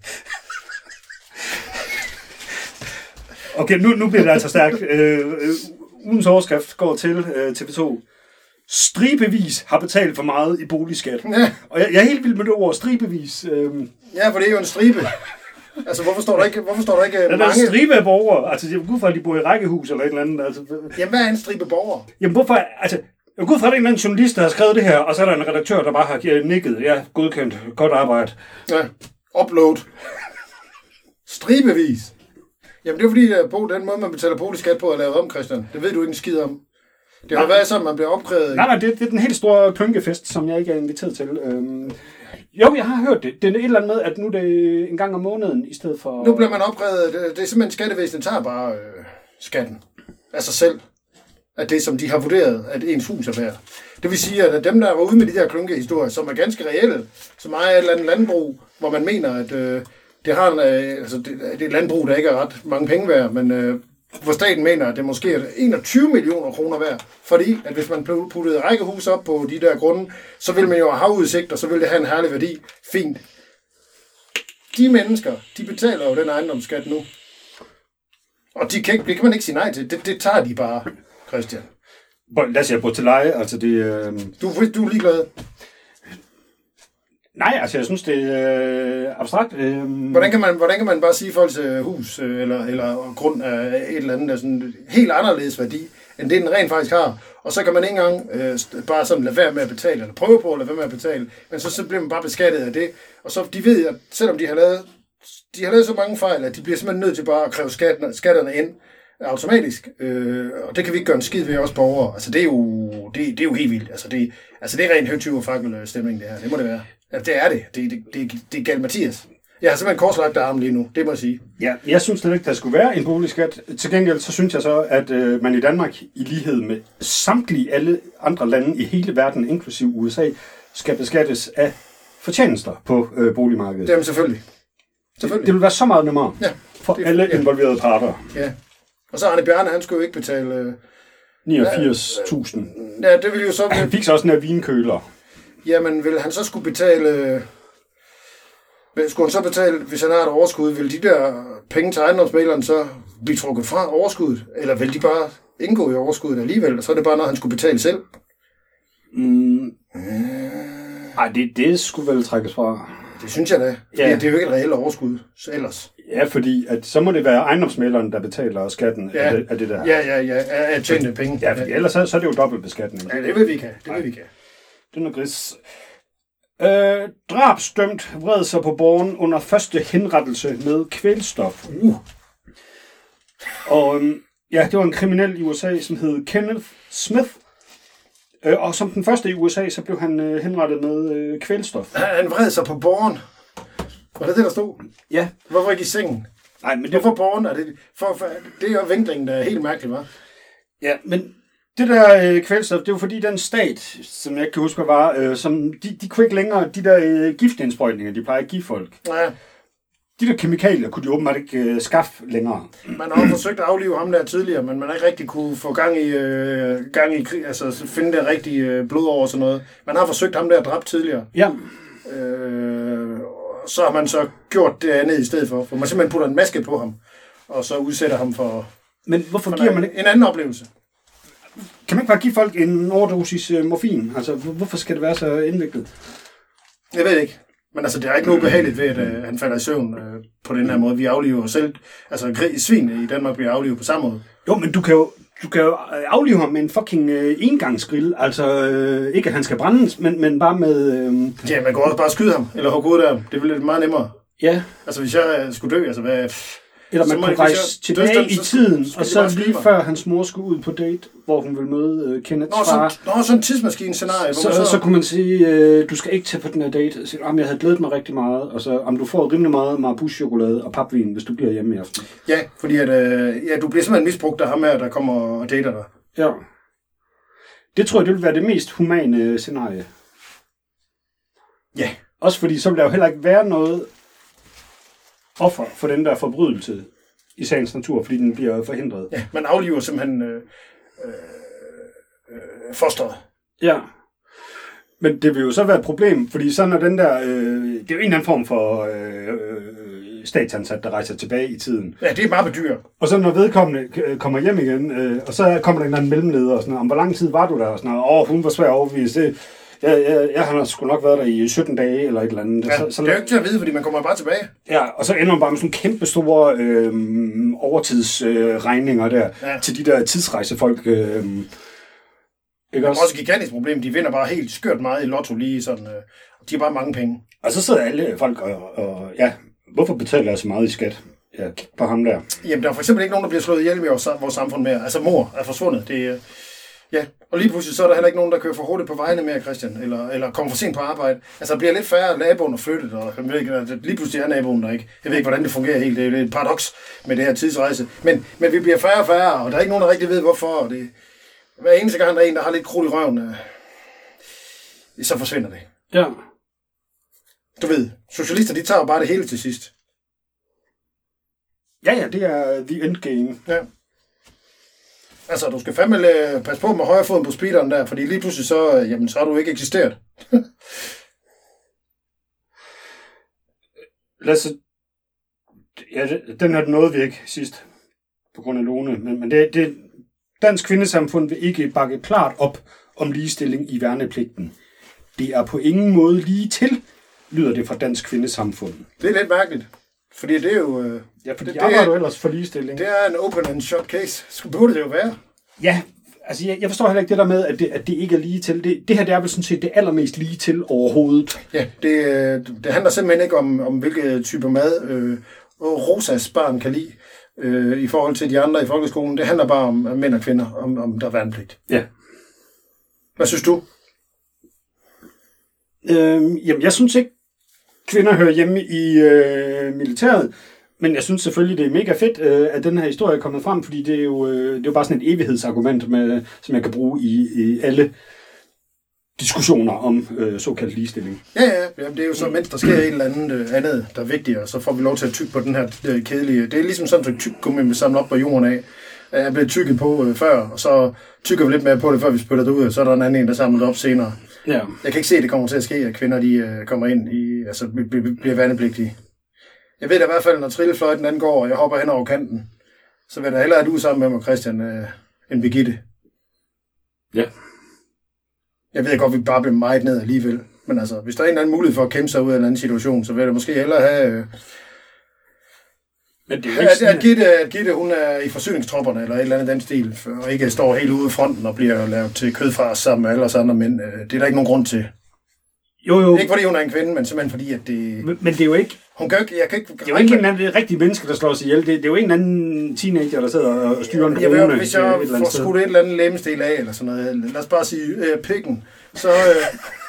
Okay, nu, nu bliver det altså stærkt. Øh, øh, ugens overskrift går til øh, T V to. Stribevis har betalt for meget i boligskat. Ja. Og jeg, jeg er helt vild med det ord, stribevis. Øh. Ja, for det er jo en stribe. Altså, hvorfor står der ikke, hvorfor står der ikke ja, mange... Der er en stribe af borgere. Altså, jeg går fra, at de bor i rækkehus eller et eller andet. Altså. Jamen, hvad er en stribe borgere? Jamen, hvorfor... Altså, jeg går fra, at det er en eller anden journalist, der har skrevet det her, og så er der en redaktør, der bare har nikket. Ja, godkendt. Godt arbejde. Ja, upload. Stribevis. Jamen, det er fordi, at på den måde, man betaler boligskat på, er lavet om, Christian. Det ved du ikke en skid om. Det har nej. været sådan, man bliver opkrævet... Nej, nej, det, det er den helt store klunkefest, som jeg ikke er inviteret til. Øhm, jo, jeg har hørt det. Det er et eller andet med, at nu er det en gang om måneden, i stedet for... Nu bliver man opkrævet... Det, det er simpelthen skattevæsenet, tager bare øh, skatten af sig selv. At det, som de har vurderet, at ens hus er værd. Det vil sige, at dem, der var ude med de der klunkehistorier, som er ganske reelle, som er et eller andet landbrug, hvor man mener, at øh, det har en, øh, altså det, det er et landbrug, der ikke er ret mange penge værd, men øh, hvor staten mener, at det måske er enogtyve millioner kroner værd, fordi at hvis man puttede rækkehus op på de der grunde, så vil man jo have havudsigt, og så vil det have en herlig værdi. Fint. De mennesker, de betaler jo den ejendomsskat nu. Og de kan ikke, det kan man ikke sige nej til. Det, det tager de bare, Christian. Lad os sige, på til leje, altså det... Øh... Du, du er ligeglad. Nej, altså jeg synes, det er øh, abstrakt. Øh... Hvordan, kan man, hvordan kan man bare sige folks øh, hus øh, eller, eller grund af et eller andet, der sådan helt anderledes værdi, end det den rent faktisk har, og så kan man ikke engang øh, bare sådan lade være med at betale, eller prøve på at lade være med at betale, men så, så bliver man bare beskattet af det, og så de ved, at selvom de har lavet, de har lavet så mange fejl, at de bliver simpelthen nødt til bare at kræve skatterne, skatterne ind automatisk, øh, og det kan vi ikke gøre en skid ved os borgere. Altså det er jo, det, det er jo helt vildt. Altså det, altså det er rent højtyv og fakkelstemning det her. Det må det være. Ja, det er det. Det, det, det, det er galt Mathias. Jeg har simpelthen korslagt armen lige nu, det må jeg sige. Ja, jeg synes slet ikke, der skulle være en boligskat. Til gengæld så synes jeg så, at øh, man i Danmark, i lighed med samtlige alle andre lande i hele verden, inklusive U S A, skal beskattes af fortjenester på øh, boligmarkedet. Jamen selvfølgelig. selvfølgelig. Det, det vil være så meget nemmere ja, for det, alle ja. involverede parter. Ja. Og så Arne Bjarne, han skulle jo ikke betale... Øh, niogfirs tusind. Ja, det ville jo så... Han fik så også en af vinkøler. Jamen, vil han så skulle betale... Skulle han så betale, hvis han har et overskud, vil de der penge til ejendomsmægleren så blive trukket fra overskuddet? Eller vil de bare indgå i overskuddet alligevel, og så er det bare noget, han skulle betale selv? Mm. Ej, det, det skulle vel trækkes fra. Det synes jeg da. Ja. Det er jo ikke et reelt overskud ellers. Ja, fordi at, så må det være ejendomsmæleren, der betaler skatten ja. af, det, af det der. Ja, ja, ja. Af tjente penge. Ja, fordi ellers så, så er det jo dobbeltbeskatning. Ja, det vil vi ikke have. Det vil vi ikke have. Det er noget gris. Øh, drabsdømt vred sig på borgen under første henrettelse med kvælstof. Uh. Og øhm, ja, det var en kriminel i U S A, som hed Kenneth Smith. Øh, og som den første i U S A, så blev han øh, henrettet med øh, kvælstof. Han vred sig på borgen. Var det det, der stod? Ja. Hvorfor ikke i sengen? Nej, men det... Hvorfor borgen? Er det, for, for, det er jo vinklingen, der er helt mærkelig, hva'? Ja, men Det der øh, kvælstof, det var fordi den stat, som jeg ikke kan huske, hvad var, øh, som, de, de kunne ikke længere, de der øh, giftindsprøjtninger, de plejer at give folk. Ja. De der kemikalier kunne de åbenbart ikke øh, skaffe længere. Man har jo forsøgt at aflive ham der tidligere, men man har ikke rigtig kunne få gang i, øh, gang i krig, altså finde det rigtige øh, blod over og sådan noget. Man har forsøgt ham der dræbt tidligere. Ja. Øh, så har man så gjort det andet i stedet for, for man simpelthen putter en maske på ham, og så udsætter ham for, Men hvorfor for giver en, man ikke... en anden oplevelse. Kan man ikke bare give folk en overdosis øh, morfin? Altså, hvorfor skal det være så indviklet? Jeg ved ikke. Men altså, det er ikke noget behageligt ved, at øh, han falder i søvn øh, på den her måde. Vi afliver selv. Altså, svin i Danmark bliver aflivet på samme måde. Jo, men du kan jo, du kan jo aflive ham med en fucking øh, engangsgrill. Altså, øh, ikke at han skal brændes, men, men bare med... Øh... Ja, man kan også bare skyde ham, eller hugge ud der. Det bliver meget nemmere. Ja. Altså, hvis jeg skulle dø, altså hvad... Eller man kunne rejse tilbage dødsdom, i tiden, og så lige før hans mor skulle ud på date, hvor hun ville møde uh, Kenneths far. Nå, sådan en tidsmaskine-scenarie. Så, så, så kunne man sige, uh, du skal ikke tage på den her date. Så, jeg havde glædet mig rigtig meget, og så om du får rimelig meget Marabou-chokolade og papvin, hvis du bliver hjemme i aften. Ja, fordi at, uh, ja, du bliver simpelthen misbrugt af ham her, der kommer og dater dig. Ja. Det tror jeg, det vil være det mest humane scenarie. Ja. Også fordi, så vil der jo heller ikke være noget offer for den der forbrydelse i sagens natur, fordi den bliver forhindret. Ja, man afliver simpelthen øh, øh, øh, fosteret. Ja. Men det vil jo så være et problem, fordi så når den der... Øh, det er jo en eller anden form for øh, øh, statsansat, der rejser tilbage i tiden. Ja, det er bare bedyr. Og så når vedkommende kommer hjem igen, øh, og så kommer der en eller anden mellemleder og sådan noget. Om hvor lang tid var du der? Og sådan noget. Åh, hun var svær at overbevise. Jeg, jeg, jeg har sgu nok været der i sytten dage, eller et eller andet. Ja, så, så, det er jo ikke til at vide, fordi man kommer bare tilbage. Ja, og så ender man bare med sådan kæmpe store øh, overtidsregninger øh, der, ja. Til de der tidsrejsefolk. Øh, ikke det er også et gigantisk problem. De vinder bare helt skørt meget i lotto lige sådan. Øh, de har bare mange penge. Og så sidder alle folk og, og ja, hvorfor betaler jeg så meget i skat? Ja, kig på ham der. Jamen, der er for eksempel ikke nogen, der bliver slået ihjel i vores, vores samfund mere. Altså, mor er forsvundet. Det er... Ja, og lige pludselig så er der heller ikke nogen, der kører for hurtigt på vejene mere, Christian, eller, eller kommer for sent på arbejde. Altså, der bliver lidt færre naboen og flyttet, og jeg ved ikke, lige pludselig er naboen der ikke. Jeg ved ikke, hvordan det fungerer helt. Det er jo et paradoks med det her tidsrejse. Men, men vi bliver færre og færre, og der er ikke nogen, der rigtig ved, hvorfor. Og det, hver eneste gang, der er en, der har lidt krudt i røven, øh, så forsvinder det. Ja. Du ved, socialister, de tager jo bare det hele til sidst. Ja, ja, det er the endgame. Ja. Altså, du skal fandme passe på med højre foden på speederen der, fordi lige pludselig så, jamen, så har du ikke eksisteret. Lasse, ja, den her nåede vi ikke sidst, på grund af Lone, men, men det, det, Dansk Kvindesamfund vil ikke bakke klart op om ligestilling i værnepligten. Det er på ingen måde lige til, lyder det fra Dansk Kvindesamfund. Det er lidt mærkeligt, fordi det er jo... Øh, ja, fordi det, de arbejder jo ellers for ligestilling. Det er en open and shut case. Så burde det jo være. Ja, altså jeg, jeg forstår heller ikke det der med, at det, at det ikke er lige til. Det, det her det er vel sådan set det allermest lige til overhovedet. Ja, det, det handler simpelthen ikke om, om hvilke typer mad øh, Rosas børn kan lide øh, i forhold til de andre i folkeskolen. Det handler bare om mænd og kvinder, om, om der er værnepligt. Ja. Hvad synes du? Øhm, jamen, jeg synes ikke, kvinder hører hjemme i øh, militæret. Men jeg synes selvfølgelig, det er mega fedt, øh, at den her historie er kommet frem, fordi det er jo, øh, det er jo bare sådan et evighedsargument, med, som jeg kan bruge i, i alle diskussioner om øh, såkaldt ligestilling. Ja, ja, ja, det er jo så, mens der sker et eller andet øh, andet, der er vigtigere, så får vi lov til at tygge på den her øh, kedelige... Det er ligesom sådan et tyggegummi, vi samler op på jorden af. Jeg er blevet tygget på øh, før, og så tykker vi lidt mere på det, før vi spytter det ud, og så er der en anden en, der samler det op senere. Ja. Jeg kan ikke se, at det kommer til at ske, at kvinder de, øh, kommer ind i... Altså, bliver værnepligtige. Jeg ved da i hvert fald, når trillefløjten angår, og jeg hopper hen over kanten, så vil jeg da hellere, at du er sammen med mig, Christian, øh, end Birgitte. Ja. Jeg ved godt, at vi bare bliver meget ned alligevel. Men altså, hvis der er en eller anden mulighed for at kæmpe sig ud af en anden situation, så vil jeg da måske hellere have... Øh, Men det er at, at, Gitte, at Gitte, hun er i forsyningstropperne, eller et eller andet den stil, og ikke står helt ude i fronten og bliver lavet til kødfars sammen med alle os andre mænd. Det er der ikke nogen grund til. Jo, jo. Ikke fordi hun er en kvinde, men simpelthen fordi, at det... Men, men det er jo ikke... Hun kan ikke... Jeg kan ikke det er jo ikke en anden rigtig menneske, der slår sig ihjel. Det, det er jo en anden teenager, der sidder og styrer en drone. Jeg ved, hvis jeg får skudt et eller andet lemstil af, eller sådan noget, lad os bare sige øh, pikken, så, øh,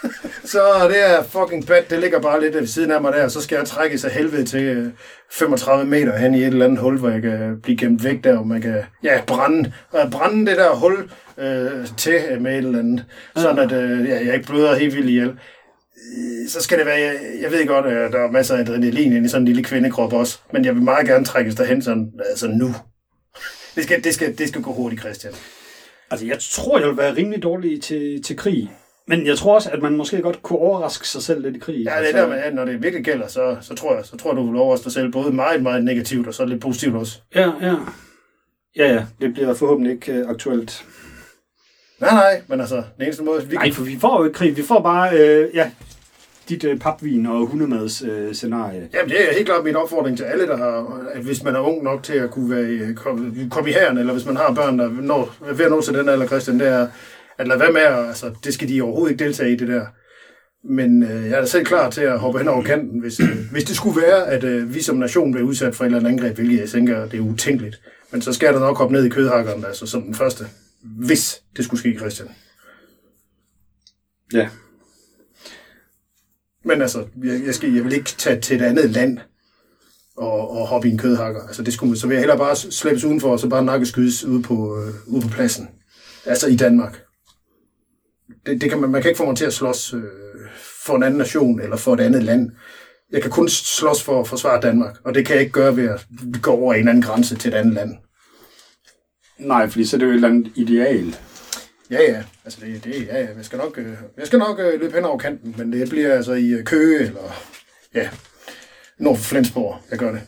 Så det er fucking bad, det ligger bare lidt ved siden af mig der, så skal jeg trække sig helvede til femogtredive meter hen i et eller andet hul, hvor jeg kan blive gemt væk der, og man kan ja, brænde, brænde det der hul øh, til med et eller andet, sådan at øh, ja, jeg ikke bløder helt vildt ihjel. Så skal det være, jeg, jeg ved godt, at der er masser af adrenalin inde i sådan en lille kvindekrop også, men jeg vil meget gerne trækkes derhen sådan, altså nu. Det skal, det skal, det skal gå hurtigt, Christian. Altså, jeg tror, jeg vil være rimelig dårlig til, til krig. Men jeg tror også, at man måske godt kunne overraske sig selv lidt i krig. Ja, det er altså, der, man, når det virkelig gælder, så, så, tror jeg, så tror jeg, du vil overraske dig selv både meget, meget negativt og så lidt positivt også. Ja, ja. Ja, ja. Det bliver forhåbentlig ikke uh, aktuelt. Nej, nej, men altså, den eneste måde... Vi Nej, kan... for vi får jo ikke krig. Vi får bare, øh, ja, dit øh, papvin og hundemads øh, scenarie. Jamen, det er helt klart min opfordring til alle, der har... At hvis man er ung nok til at kunne være, komme, komme i hæren, eller hvis man har børn, der når, er ved at nå til den alder, Christian, det er... At lade være med, at, altså, det skal de overhovedet ikke deltage i, det der. Men øh, jeg er da selv klar til at hoppe hen over kanten, hvis, øh, hvis det skulle være, at øh, vi som nation bliver udsat for et eller andet angreb, hvilket jeg tænker, det er utænkeligt. Men så skal jeg da nok hoppe ned i kødhakkeren, altså som den første, hvis det skulle ske, Christian. Ja. Men altså, jeg, jeg, skal, jeg vil ikke tage til et andet land og, og hoppe i en kødhakker. Altså, det skulle, så vil jeg hellere bare slæbes udenfor, og så bare nakkeskydes ude på, øh, ude på pladsen. Altså i Danmark. Det, det kan man, man kan ikke få mig til at slås øh, for en anden nation eller for et andet land. Jeg kan kun slås for at forsvare Danmark, og det kan jeg ikke gøre ved at gå over en anden grænse til et andet land. Nej, fordi så er det jo et eller andet ideal. Ja, ja. Altså, det, det, ja, ja. Jeg skal nok, øh, jeg skal nok øh, løbe hen over kanten, men det bliver altså i øh, Køge eller ja, nord for Flensborg, jeg gør det.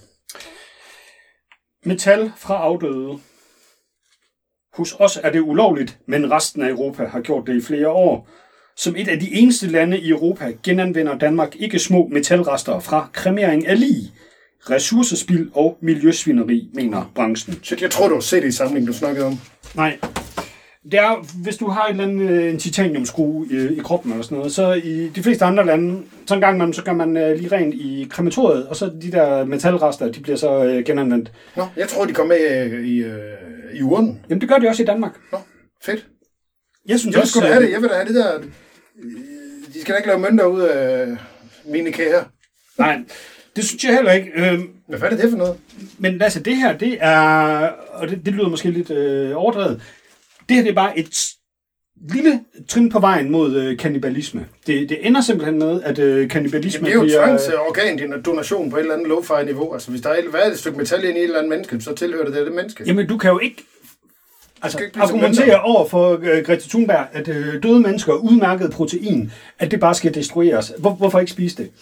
Metal fra afdøde. Hos os er det ulovligt, men resten af Europa har gjort det i flere år. Som et af de eneste lande i Europa genanvender Danmark ikke små metalrester fra kremering af lig, ressourcespild og miljøsvineri, mener branchen. Shit, jeg tror, du har set det i samlingen, du snakkede om. Nej. Det er, hvis du har et eller andet, en titaniumskrue i, i kroppen eller sådan noget, så i de fleste andre lande, så en gang man, så gør man uh, lige rent i krematoriet, og så de der metalrester, de bliver så uh, genanvendt. Nå, jeg tror, de kom med uh, i, uh, i urnen. Jamen, det gør de også i Danmark. Nå, fedt. Jeg synes jeg også, skulle have det. Jeg vil da have det der... De skal da ikke lave mønter ud af mine kære. Nej, det synes jeg heller ikke. Øhm, Hvad fanden er det for noget? Men altså, det her, det er... Og det, det lyder måske lidt øh, overdrevet. Det her, det er bare et lille trin på vejen mod øh, kannibalisme. Det, det ender simpelthen med, at øh, kannibalisme bliver... Det er jo bliver... tvangsorgandonation på et eller andet low-fi niveau. Altså, hvis der er et, et stykke metal ind i et eller andet menneske, så tilhører det det, det menneske. Jamen, du kan jo ikke... Altså, argumentere over for uh, Greta Thunberg, at uh, døde mennesker udmærket protein, at det bare skal destrueres. Hvor, hvorfor ikke spise det?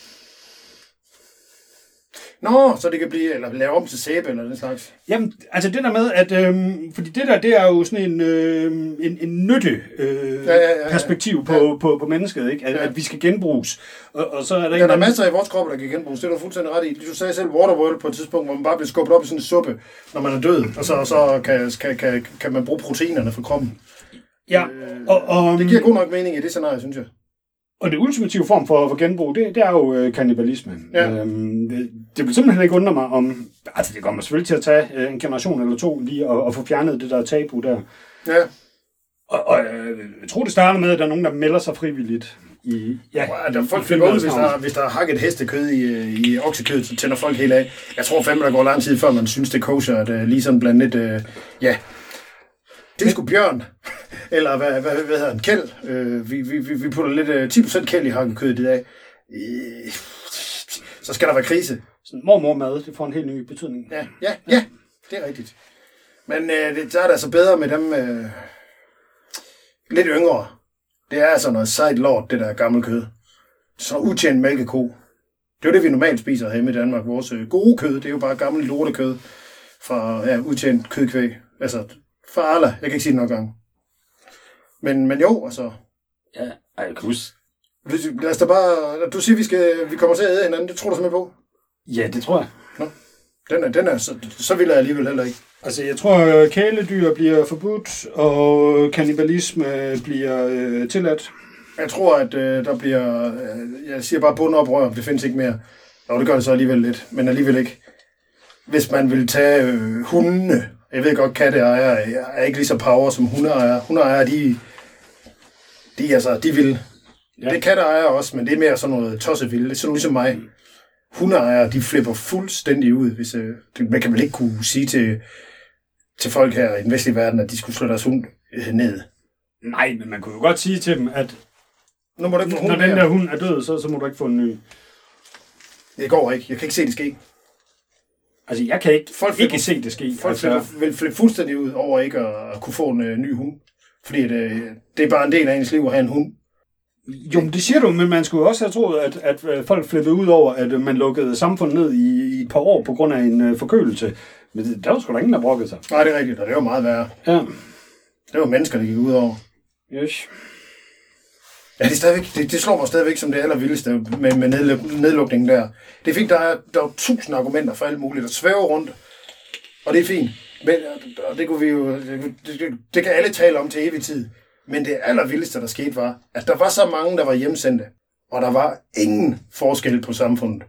Nå, så det kan blive, eller lave om til sæbe, eller den slags. Jamen, altså det der med, at, øhm, fordi det der, det er jo sådan en, øhm, en, en nytte øh, ja, ja, ja, ja. perspektiv på, ja. på, på mennesket, ikke? At, ja. at vi skal genbruges. Og, og så er der, ja, der er masser i vores krop, der kan genbruges. Det er du fuldstændig ret i. Du sagde selv Waterworld på et tidspunkt, hvor man bare bliver skubbet op i sådan en suppe, når man er død, og så, så kan, kan, kan, kan man bruge proteinerne fra kroppen. Ja, øh, og, og... Det giver god nok mening i det scenarie, synes jeg. Og det ultimative form for, for genbrug, det, det er jo øh, kannibalisme. Ja. Øhm, det, det vil simpelthen ikke undre mig om... Altså, det kommer selvfølgelig til at tage øh, en generation eller to lige at, at få fjernet det der tabu der. Ja. Og, og øh, jeg tror, det starter med, at der er nogen, der melder sig frivilligt. I, ja, wow, der er folk flipper ud, hvis der, hvis der er hakket hestekød i, i oksekød, så tænder folk helt af. Jeg tror fandme, der går lang tid, før man synes, det er kosher, at uh, lige sådan blandt lidt... Uh, ja... Det er sgu bjørn, eller hvad, hvad, hvad hedder en kæld. Øh, vi, vi, vi putter lidt uh, ti procent kæld i hakkekødet i dag. Øh, så skal der være krise. Sådan mormormad, det får en helt ny betydning. Ja, ja, ja, det er rigtigt. Men øh, det, så er det altså bedre med dem øh, lidt yngre. Det er altså noget sejt lort, det der gamle kød. Så utjent mælkeko. Det er jo det, vi normalt spiser hjemme i Danmark. Vores øh, gode kød, det er jo bare gammel lortekød fra ja, utjent kødkvæg. Altså... For Arla. Jeg kan ikke sige det nok gange. Men, men jo, altså... Ja, ej, jeg kan huske. Lad os da bare... Du siger, vi, skal, vi kommer til at æde hinanden. Det tror du simpelthen på? Ja, det tror jeg. Nå. Den er, den er så, så vil jeg alligevel heller ikke. Altså, jeg tror, kæledyr bliver forbudt, og kannibalisme bliver øh, tilladt. Jeg tror, at øh, der bliver... Øh, jeg siger bare bundoprør, det findes ikke mere. Og det gør det så alligevel lidt, men alligevel ikke. Hvis man vil tage øh, hundene... Jeg ved godt, katteejere er ikke lige så power som hundeejere. Hundeejere, de, de, altså, de vil Ja. Det er katteejere også, men det er mere sådan noget tossevilde. Det er sådan ligesom mig. Mm. Hundeejere, de flipper fuldstændig ud. Hvis, øh, det, man kan vel ikke kunne sige til, til folk her i den vestlige verden, at de skulle slå deres hund øh, ned. Nej, men man kunne jo godt sige til dem, at nu må du ikke få når den der hund er død, så, så må du ikke få en ny. Det går ikke. Jeg kan ikke se det ske. Altså, jeg kan ikke, folk ikke se det ske. Folk altså... vil flippe fuldstændig ud over ikke at, at kunne få en uh, ny hund. Fordi det, det er bare en del af ens liv at have en hund. Jo, det siger du, men man skulle også have troet, at, at folk flippede ud over, at man lukkede samfundet ned i, i et par år på grund af en uh, forkølelse. Men der var sgu da ingen, der brokkede sig. Nej, det er rigtigt, og det var meget værre. Ja. Det var mennesker, der gik ud over. Yes. Ja, det, er stadigvæk, det, det slår mig stadigvæk som det allervildeste med, med nedlukningen der. Det er fint, der er, der er tusind argumenter for alt muligt, der svæver rundt, og det er fint. Men, og det, kunne vi jo, det, det, det kan alle tale om til evig tid. Men det allervildeste, der skete, var, at der var så mange, der var hjemsendte, og der var ingen forskel på samfundet.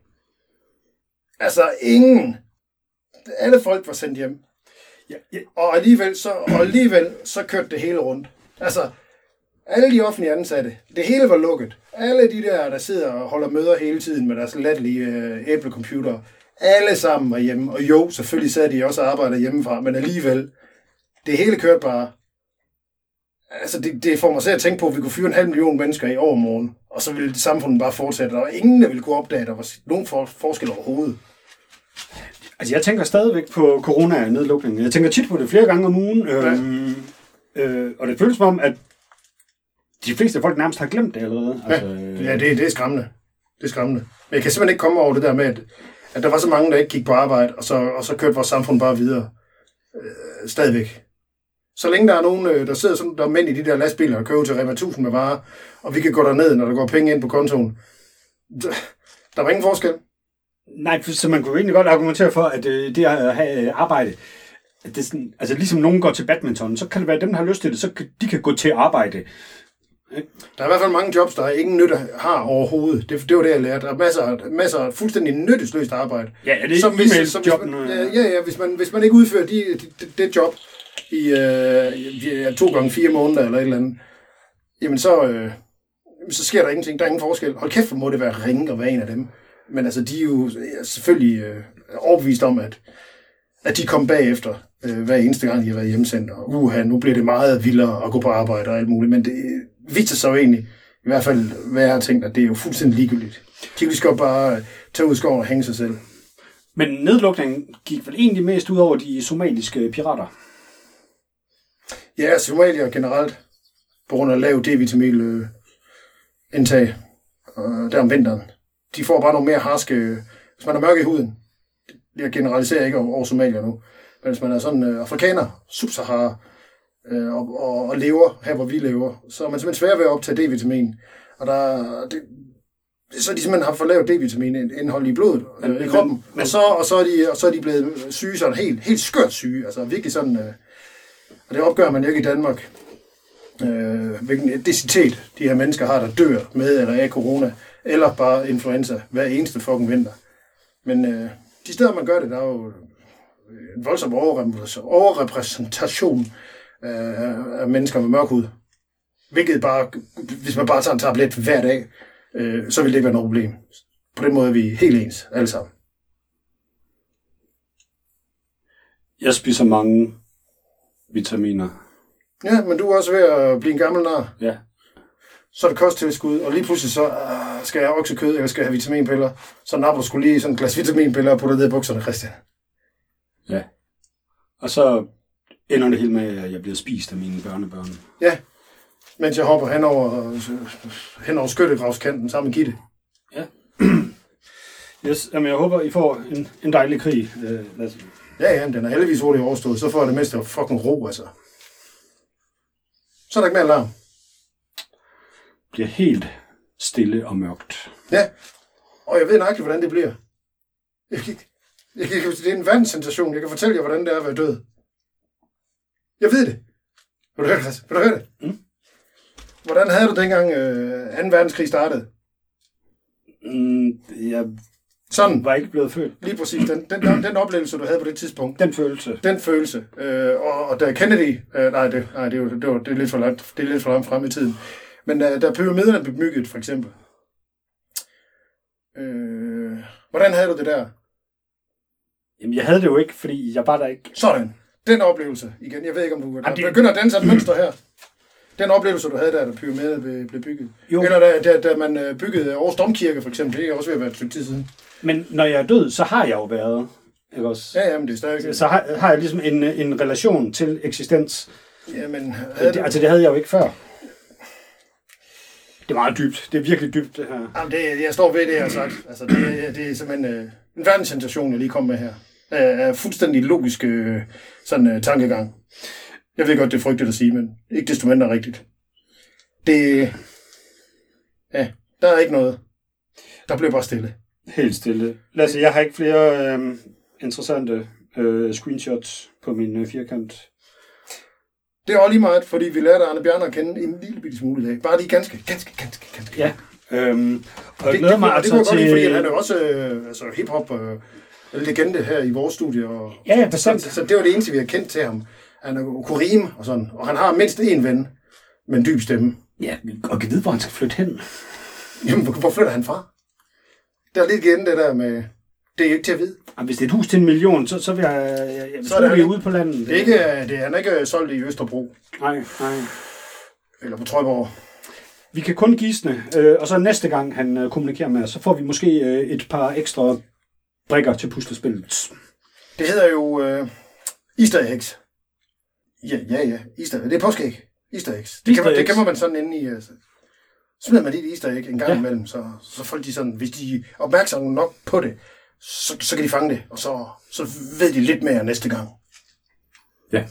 Altså ingen. Alle folk var sendt hjem. Ja, ja. Og, alligevel så, og alligevel så kørte det hele rundt. Altså, alle de offentlige ansatte, det hele var lukket. Alle de der, der sidder og holder møder hele tiden med deres latterlige øh, æblecomputer, alle sammen var hjemme. Og jo, selvfølgelig sad de også og arbejder hjemmefra, men alligevel, det hele kørte bare. Altså, det, det får mig til at tænke på, at vi kunne fyre en halv million mennesker i overmorgen, og så ville samfundet bare fortsætte, og ingen ville kunne opdage, at der var nogen for, forskel overhovedet. Altså, jeg tænker stadigvæk på corona-nedlukningen. Jeg tænker tit på det flere gange om ugen, ja. øhm, øh, og det føles som om, at de fleste folk nærmest har glemt det allerede. Altså, ja, ja det, det er skræmmende. Det er skræmmende. Men jeg kan simpelthen ikke komme over det der med, at, at der var så mange, der ikke gik på arbejde, og så, og så kørte vores samfund bare videre. Øh, stadigvæk. Så længe der er nogen, der sidder sådan, der er mænd i de der lastbiler og køber til Rema tusind med varer, og vi kan gå derned, når der går penge ind på kontoen. Der var ingen forskel. Nej, så man kunne egentlig godt argumentere for, at det at have arbejde, at det er sådan, altså ligesom nogen går til badminton, så kan det være, at dem, der har lyst til det, så de kan gå til arbejde. Der er i hvert fald mange jobs, der ingen nytte har overhovedet. Det, det var det, jeg lærte. Der er masser, masser af fuldstændig nyttesløst arbejde. Ja, det er som hvis, som hvis man, ja, ja, hvis man, hvis man ikke udfører de, det, det job i øh, to gange fire måneder eller et eller andet, jamen så, øh, så sker der ingenting. Der er ingen forskel. Hold kæft, hvor må det være ringe at være en af dem. Men altså, de er jo selvfølgelig øh, overbevist om, at, at de kom bagefter øh, hver eneste gang, de har været hjemsendt. Og uha, nu bliver det meget vildere at gå på arbejde og alt muligt. Men det viser sig jo egentlig, i hvert fald, hvad jeg har tænkt, at det er jo fuldstændig ligegyldigt. De kan jo bare tage ud i skoven og hænge sig selv. Men nedlukningen gik vel egentlig mest ud over de somaliske pirater? Ja, somalier generelt. På grund af lav D-vitamin øh, indtag øh, der om vinteren. De får bare nogle mere harske, hvis man er mørk i huden. Jeg generaliserer ikke over, over somalier nu. Men hvis man er sådan øh, afrikaner, subsahara, øh, og, og, og lever her, hvor vi lever, så er man simpelthen svær ved at optage D-vitamin. Og der, det, så er de simpelthen har for lavt D-vitamin indhold i blodet, øh, men, i kroppen. Men, og, så, og, så er de, og så er de blevet syge, sådan helt, helt skørt syge. Altså virkelig sådan, øh, og det opgør man jo ikke i Danmark. Øh, hvilken etnicitet de her mennesker har, der dør med eller af corona, eller bare influenza hver eneste fucking vinter. Men øh, de steder, man gør det, der er jo en voldsom overrepræsentation af, af mennesker med mørk hud. Hvilket bare, hvis man bare tager en tablet hver dag, øh, så vil det ikke være noget problem. På den måde er vi helt ens, alle sammen. Jeg spiser mange vitaminer. Ja, men du er også ved at blive en gammel nar. Ja. Så er det kosttilskud, og lige pludselig så uh, skal jeg oksekød, eller skal jeg have vitaminpiller. Så napper skulle lige sådan et glas vitaminpiller og putte det i bukserne, Christian. Ja. Og så ender det hele med, at jeg bliver spist af mine børnebørn. Ja, mens jeg hopper hen over, hen over skyttegravskanten sammen med Gitte. Ja. Yes, jamen jeg håber, I får en, en dejlig krig. Øh, ja, ja, den er heldigvis hurtigt overstået. Så får jeg det meste af fucking ro, altså. Så er der ikke mere alarm. Bliver helt stille og mørkt. Ja, og jeg ved nøjagtigt, hvordan det bliver. Jeg, jeg, jeg, det er en vandsensation. Jeg kan fortælle jer, hvordan det er at være død. Jeg ved det. Vil du høre det, Christian? Vil du høre det? Mm. Hvordan havde du dengang øh, anden verdenskrig startede? Mm, jeg Sådan. var ikke blevet født. Lige præcis. Den, den, den, den oplevelse, du havde på det tidspunkt. Den følelse. Den følelse. Øh, og, og da Kennedy... Øh, nej, det, nej det, det, var, det, var, det er lidt for langt, det er lidt for langt frem i tiden. Men da, da pyramiderne blev bygget, for eksempel. Øh, hvordan havde du det der? Jamen, jeg havde det jo ikke, fordi jeg var der ikke. Sådan. Den oplevelse, igen, jeg ved ikke, om du Jamen, det... begynder at danse et mønster her. Den oplevelse, du havde der, da pyramiderne blev, blev bygget. Jo. Eller da, da, da man byggede Aarhus Domkirke, for eksempel. Det er også ved at være et stykke tid siden. Men når jeg er død, så har jeg jo været. Ikke også? Ja, jamen, det er stadig... Så har, har jeg ligesom en, en relation til eksistens. Jamen, det, du... Altså, det havde jeg jo ikke før. Det er meget dybt. Det er virkelig dybt, det her. Jamen, det, jeg står ved det, jeg har sagt. Altså, det, det er simpelthen øh, en verdenssensation, jeg lige kom med her. Af fuldstændig logisk øh, sådan, øh, tankegang. Jeg ved godt, det er frygteligt at sige, men ikke desto mindre rigtigt. Det... Ja, der er ikke noget. Der bliver bare stille. Helt stille. Lasse, jeg har ikke flere øh, interessante øh, screenshots på min øh, firkant. Det er også lige meget, fordi vi lærte Arne Bjarne at kende en lille bitte smule i dag. Bare lige ganske, ganske, ganske, ganske. Ja. Øhm, og det, jeg glæder det, mig det, altså det, det til... Godt lide, fordi han er jo også øh, altså, hip-hop øh, legende her i vores studie. Og, ja, ja, bestemt. Så, så det var det eneste, vi har kendt til ham. Han er jo kunne rime og sådan. Og han har mindst én ven med en dyb stemme. Ja, og kan vide, hvor han skal flytte hen. Jamen, hvor, hvor flytter han fra? Der er lidt igen det der med... Det er ikke til at vide. Jamen, hvis det er et hus til en million, så, så vil jeg... jeg, jeg så er det, vi er ude på landet. Det er ikke, det, han er ikke solgt i Østerbro. Nej, nej. Eller på Trøjborg. Vi kan kun gisne, øh, og så næste gang han øh, kommunikerer med os, så får vi måske øh, et par ekstra brikker til puslespillet. Det hedder jo øh, Easter eggs. Ja, ja, ja. Easter. Det er påskeæg. Easter eggs. Det, Easter kan man, eggs. Det kan man sådan inde i... Altså, smider man dit Easter egg en gang ja. imellem, så, så folk de sådan, hvis de er opmærksomme nok på det, så, så kan de fange det, og så, så ved de lidt mere næste gang. Ja.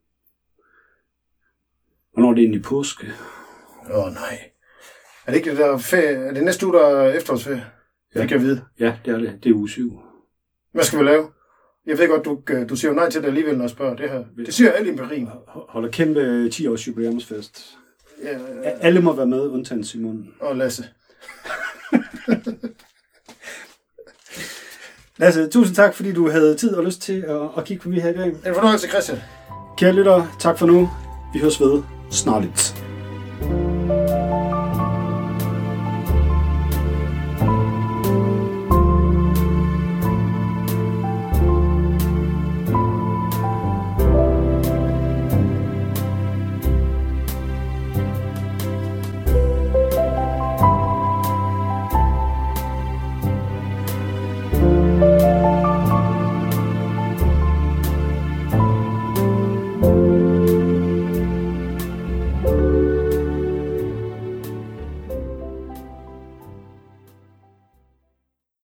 Hvornår er det egentlig påske? Åh oh, nej. Er det ikke det der ferie? Er det næste uge, der er efterårsferie? Ja. Det kan jeg vide. Ja, det er det. Det er uge syv. Hvad skal vi lave? Jeg ved godt, du, du siger jo nej til det alligevel, når jeg spørger det her. Det siger alle empirien. Holder kæmpe ti års jubilæumsfest. Ja, ja. Alle må være med, undtagen Simon. Og Lasse. Lasse, tusind tak, fordi du havde tid og lyst til at, at kigge på vi her i dag. En fornøjelse, Christian. Kære lyttere, tak for nu. Vi høres ved snart lidt.